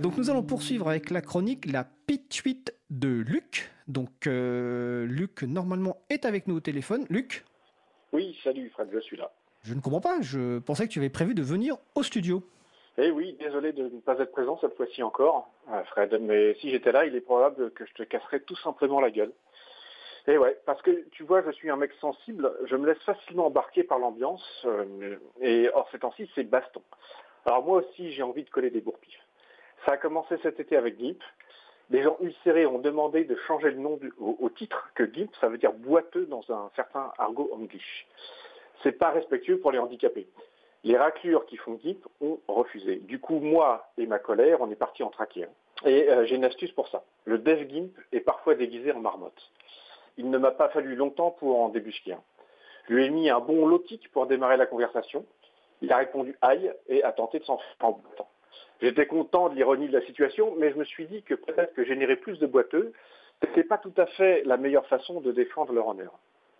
Donc nous allons poursuivre avec la chronique La Pituite de Luc. Donc euh, Luc, normalement, est avec nous au téléphone. Luc ? Oui, salut Fred, je suis là. Je ne comprends pas, je pensais que tu avais prévu de venir au studio. Eh oui, désolé de ne pas être présent cette fois-ci encore, Fred, mais si j'étais là, il est probable que je te casserais tout simplement la gueule. Et ouais, parce que tu vois, je suis un mec sensible, je me laisse facilement embarquer par l'ambiance, euh, et hors ces temps-ci, c'est baston. Alors moi aussi, j'ai envie de coller des bourpifs. Ça a commencé cet été avec Gimp. Les gens ulcérés ont demandé de changer le nom du, au, au titre, que Gimp, ça veut dire boiteux dans un certain argot anglish. C'est pas respectueux pour les handicapés. Les raclures qui font Gimp ont refusé. Du coup, moi et ma colère, on est partis en traquer. Et euh, j'ai une astuce pour ça. Le dev Gimp est parfois déguisé en marmotte. Il ne m'a pas fallu longtemps pour en débusquer un. Je lui ai mis un bon lotique pour démarrer la conversation. Il a répondu aïe et a tenté de s'en faire en boitant. J'étais content de l'ironie de la situation, mais je me suis dit que peut-être que générer plus de boiteux, c'était pas tout à fait la meilleure façon de défendre leur honneur.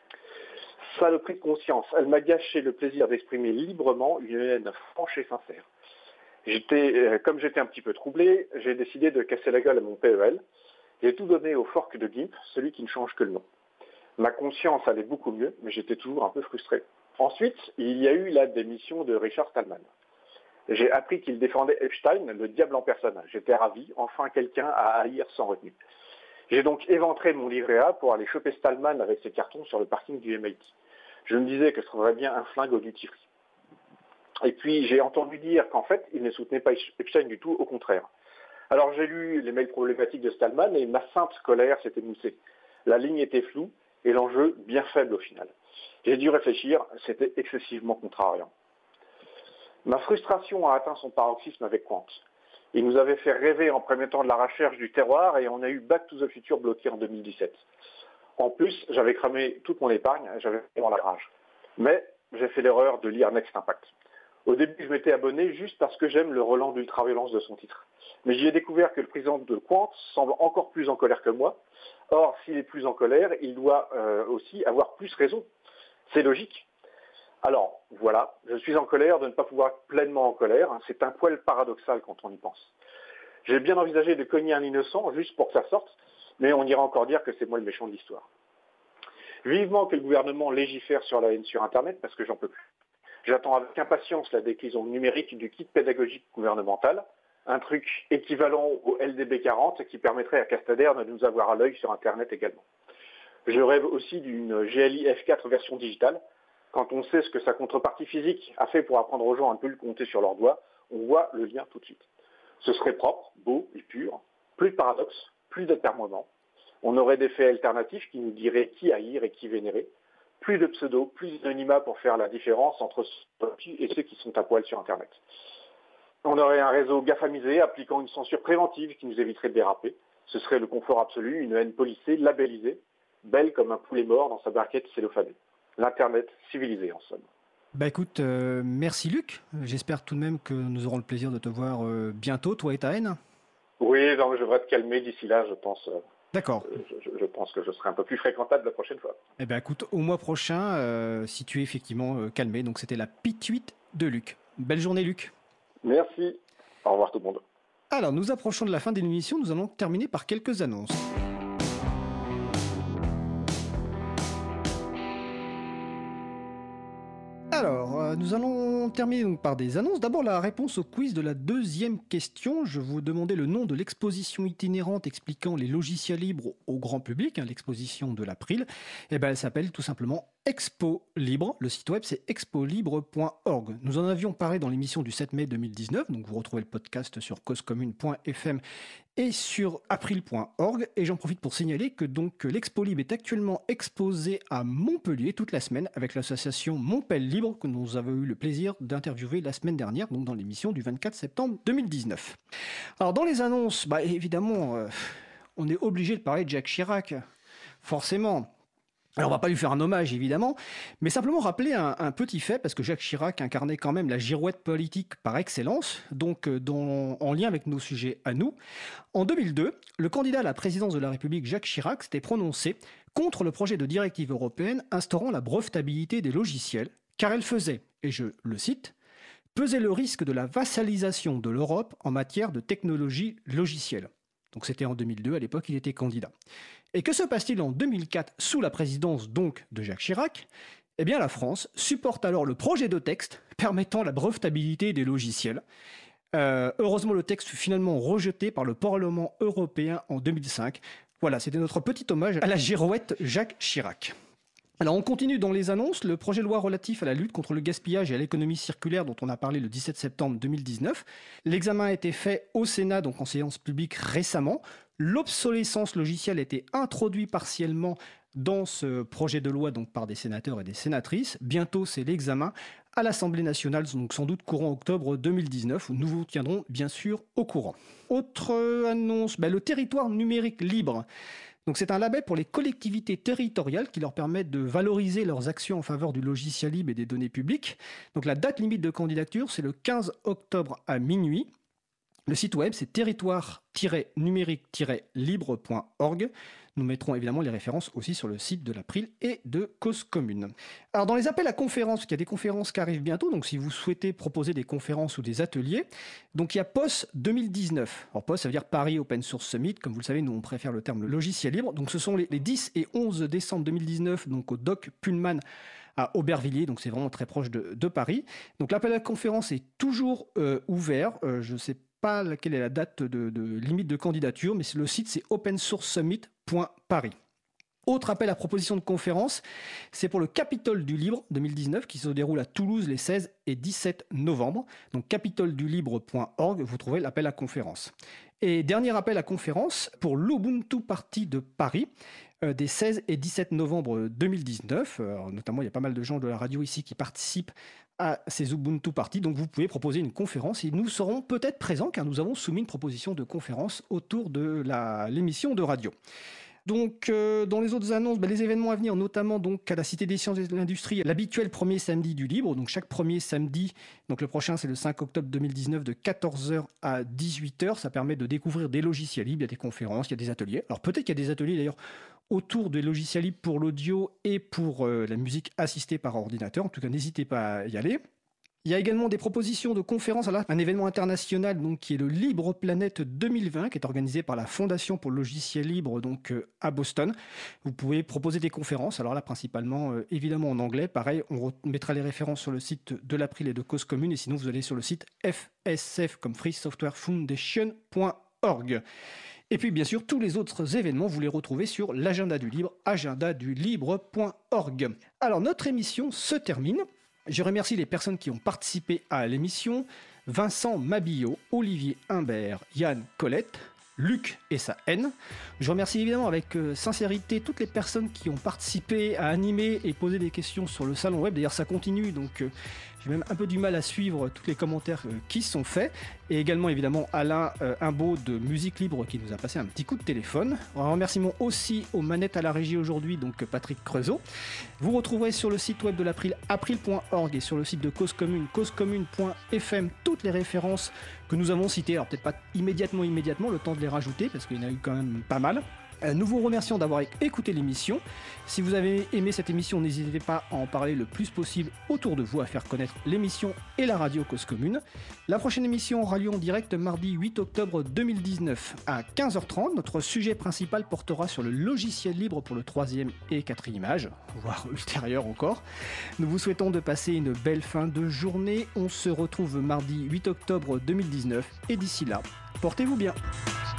Saloperie de conscience, elle m'a gâché le plaisir d'exprimer librement une haine franche et sincère. J'étais, euh, comme j'étais un petit peu troublé, j'ai décidé de casser la gueule à mon P E L. J'ai tout donné au fork de Gimp, celui qui ne change que le nom. Ma conscience allait beaucoup mieux, mais j'étais toujours un peu frustré. Ensuite, il y a eu la démission de Richard Stallman. J'ai appris qu'il défendait Epstein, le diable en personne. J'étais ravi, enfin quelqu'un à haïr sans retenue. J'ai donc éventré mon livret A pour aller choper Stallman avec ses cartons sur le parking du M I T. Je me disais que je trouverais bien un flingue au duty free. Et puis j'ai entendu dire qu'en fait, il ne soutenait pas Epstein du tout, au contraire. Alors j'ai lu les mails problématiques de Stallman et ma sainte colère s'était moussée. La ligne était floue et l'enjeu bien faible au final. J'ai dû réfléchir, c'était excessivement contrariant. Ma frustration a atteint son paroxysme avec Quant. Il nous avait fait rêver en permettant de la recherche du terroir et on a eu Back to the Future bloqué en deux mille dix-sept. En plus, j'avais cramé toute mon épargne, j'avais fait dans la rage. Mais j'ai fait l'erreur de lire Next Impact. Au début, je m'étais abonné juste parce que j'aime le relent d'ultra-violence de son titre. Mais j'y ai découvert que le président de Quant semble encore plus en colère que moi. Or, s'il est plus en colère, il doit euh, aussi avoir plus raison. C'est logique. Alors, voilà, je suis en colère de ne pas pouvoir être pleinement en colère. C'est un poil paradoxal quand on y pense. J'ai bien envisagé de cogner un innocent juste pour que ça sorte, mais on ira encore dire que c'est moi le méchant de l'histoire. Vivement que le gouvernement légifère sur la haine sur Internet, parce que j'en peux plus. J'attends avec impatience la déclinaison numérique du kit pédagogique gouvernemental, un truc équivalent au L D B quarante qui permettrait à Castader de nous avoir à l'œil sur Internet également. Je rêve aussi d'une G L I F quatre version digitale. Quand on sait ce que sa contrepartie physique a fait pour apprendre aux gens à ne plus le compter sur leurs doigts, on voit le lien tout de suite. Ce serait propre, beau et pur, plus de paradoxe, plus d'atermoiement. On aurait des faits alternatifs qui nous diraient qui haïr et qui vénérer. Plus de pseudo, plus d'anonymat pour faire la différence entre ceux et ceux qui sont à poil sur Internet. On aurait un réseau gafamisé appliquant une censure préventive qui nous éviterait de déraper. Ce serait le confort absolu, une haine policée, labellisée, belle comme un poulet mort dans sa barquette cellophanée. L'Internet civilisé, en somme. Bah écoute, euh, merci Luc. J'espère tout de même que nous aurons le plaisir de te voir euh, bientôt, toi et ta haine. Oui, non, je devrais te calmer d'ici là, je pense. Euh, D'accord. Je, je, je pense que je serai un peu plus fréquentable la prochaine fois. Eh bien écoute, au mois prochain, euh, si tu es effectivement euh, calmé. Donc c'était la pituite de Luc. Belle journée Luc. Merci. Au revoir tout le monde. Alors nous approchons de la fin de l'émission, nous allons terminer par quelques annonces. Alors, euh, nous allons terminer donc par des annonces. D'abord, la réponse au quiz de la deuxième question. Je vous demandais le nom de l'exposition itinérante expliquant les logiciels libres au grand public, hein, l'exposition de l'April. Eh ben, elle s'appelle tout simplement Expo Libre. Le site web, c'est expo libre point org. Nous en avions parlé dans l'émission du sept mai deux mille dix-neuf. Donc, vous retrouvez le podcast sur cause commune point f m et sur april point org. Et j'en profite pour signaler que donc l'Expo Libre est actuellement exposée à Montpellier toute la semaine avec l'association Montpel Libre que nous avons eu le plaisir d'interviewer la semaine dernière, donc dans l'émission du vingt-quatre septembre deux mille dix-neuf. Alors dans les annonces, bah évidemment, euh, on est obligé de parler de Jacques Chirac, forcément. Alors on va pas lui faire un hommage évidemment, mais simplement rappeler un, un petit fait, parce que Jacques Chirac incarnait quand même la girouette politique par excellence, donc euh, dans, en lien avec nos sujets à nous. En deux mille deux, le candidat à la présidence de la République Jacques Chirac s'était prononcé contre le projet de directive européenne instaurant la brevetabilité des logiciels, car elle faisait, et je le cite, pesait le risque de la vassalisation de l'Europe en matière de technologie logicielle. Donc c'était en deux mille deux, à l'époque il était candidat. Et que se passe-t-il en deux mille quatre sous la présidence donc de Jacques Chirac ? Eh bien la France supporte alors le projet de texte permettant la brevetabilité des logiciels. Euh, heureusement le texte fut finalement rejeté par le Parlement européen en deux mille cinq. Voilà, c'était notre petit hommage à la girouette Jacques Chirac. Alors on continue dans les annonces, le projet de loi relatif à la lutte contre le gaspillage et à l'économie circulaire dont on a parlé le dix-sept septembre deux mille dix-neuf. L'examen a été fait au Sénat, donc en séance publique récemment. L'obsolescence logicielle a été introduite partiellement dans ce projet de loi donc par des sénateurs et des sénatrices. Bientôt c'est l'examen à l'Assemblée nationale, donc sans doute courant octobre deux mille dix-neuf, où nous vous tiendrons bien sûr au courant. Autre annonce, ben, le territoire numérique libre. Donc c'est un label pour les collectivités territoriales qui leur permet de valoriser leurs actions en faveur du logiciel libre et des données publiques. Donc la date limite de candidature, c'est le quinze octobre à minuit. Le site web, c'est territoire tiret numérique tiret libre point org. Nous mettrons évidemment les références aussi sur le site de l'April et de Cause Commune. Alors dans les appels à conférences, il y a des conférences qui arrivent bientôt, donc si vous souhaitez proposer des conférences ou des ateliers, donc il y a P O S deux mille dix-neuf. Alors P O S, ça veut dire Paris Open Source Summit, comme vous le savez, nous on préfère le terme logiciel libre. Donc ce sont les, les dix et onze décembre deux mille dix-neuf, donc au Doc Pullman à Aubervilliers, donc c'est vraiment très proche de, de Paris. Donc l'appel à conférence est toujours euh, ouvert, euh, je ne sais pas laquelle est la date de, de limite de candidature, mais le site c'est open source summit point paris. Autre appel à proposition de conférence, c'est pour le Capitole du Libre deux mille dix-neuf qui se déroule à Toulouse les seize et dix-sept novembre. Donc capitole du libre point org, vous trouvez l'appel à conférence. Et dernier appel à conférence pour l'Ubuntu Party de Paris, euh, des seize et dix-sept novembre deux mille dix-neuf. Euh, notamment, il y a pas mal de gens de la radio ici qui participent à ces Ubuntu Party. Donc vous pouvez proposer une conférence et nous serons peut-être présents car nous avons soumis une proposition de conférence autour de la, l'émission de radio. Donc, euh, dans les autres annonces, bah, les événements à venir, notamment donc à la Cité des Sciences et de l'Industrie, l'habituel premier samedi du libre. Donc, chaque premier samedi, donc le prochain, c'est le cinq octobre deux mille dix-neuf, de quatorze heures à dix-huit heures. Ça permet de découvrir des logiciels libres. Il y a des conférences, il y a des ateliers. Alors, peut-être qu'il y a des ateliers d'ailleurs autour des logiciels libres pour l'audio et pour euh, la musique assistée par ordinateur. En tout cas, n'hésitez pas à y aller. Il y a également des propositions de conférences, alors, un événement international donc, qui est le Libre Planète deux mille vingt, qui est organisé par la Fondation pour le logiciel libre donc, euh, à Boston. Vous pouvez proposer des conférences, alors là principalement euh, évidemment en anglais. Pareil, on mettra les références sur le site de l'April et de Cause Commune, et sinon vous allez sur le site F S F comme Free Software Foundation point org. Et puis bien sûr, tous les autres événements, vous les retrouvez sur l'agenda du libre, agenda du libre point org. Alors notre émission se termine. Je remercie les personnes qui ont participé à l'émission. Vincent Mabillot, Olivier Humbert, Yann Colette, Luc et sa haine. Je remercie évidemment avec euh, sincérité toutes les personnes qui ont participé à animer et poser des questions sur le salon web. D'ailleurs ça continue, donc euh, j'ai même un peu du mal à suivre tous les commentaires euh, qui sont faits. Et également évidemment Alain euh, Imbaud de Musique Libre qui nous a passé un petit coup de téléphone. Un remerciement aussi aux manettes à la régie aujourd'hui, donc Patrick Creusot. Vous retrouverez sur le site web de l'April, april point org, et sur le site de Cause Commune, cause commune point f m, toutes les références que nous avons citées. Alors peut-être pas immédiatement, immédiatement, le temps de les rajouter parce qu'il y en a eu quand même pas mal. Euh, nous vous remercions d'avoir écouté l'émission. Si vous avez aimé cette émission, n'hésitez pas à en parler le plus possible autour de vous, à faire connaître l'émission et la radio Cause Commune. La prochaine émission aura lieu en direct mardi huit octobre deux mille dix-neuf à quinze heures trente. Notre sujet principal portera sur le logiciel libre pour le troisième et quatrième âge, voire ultérieur encore. Nous vous souhaitons de passer une belle fin de journée. On se retrouve mardi huit octobre deux mille dix-neuf et d'ici là, portez-vous bien.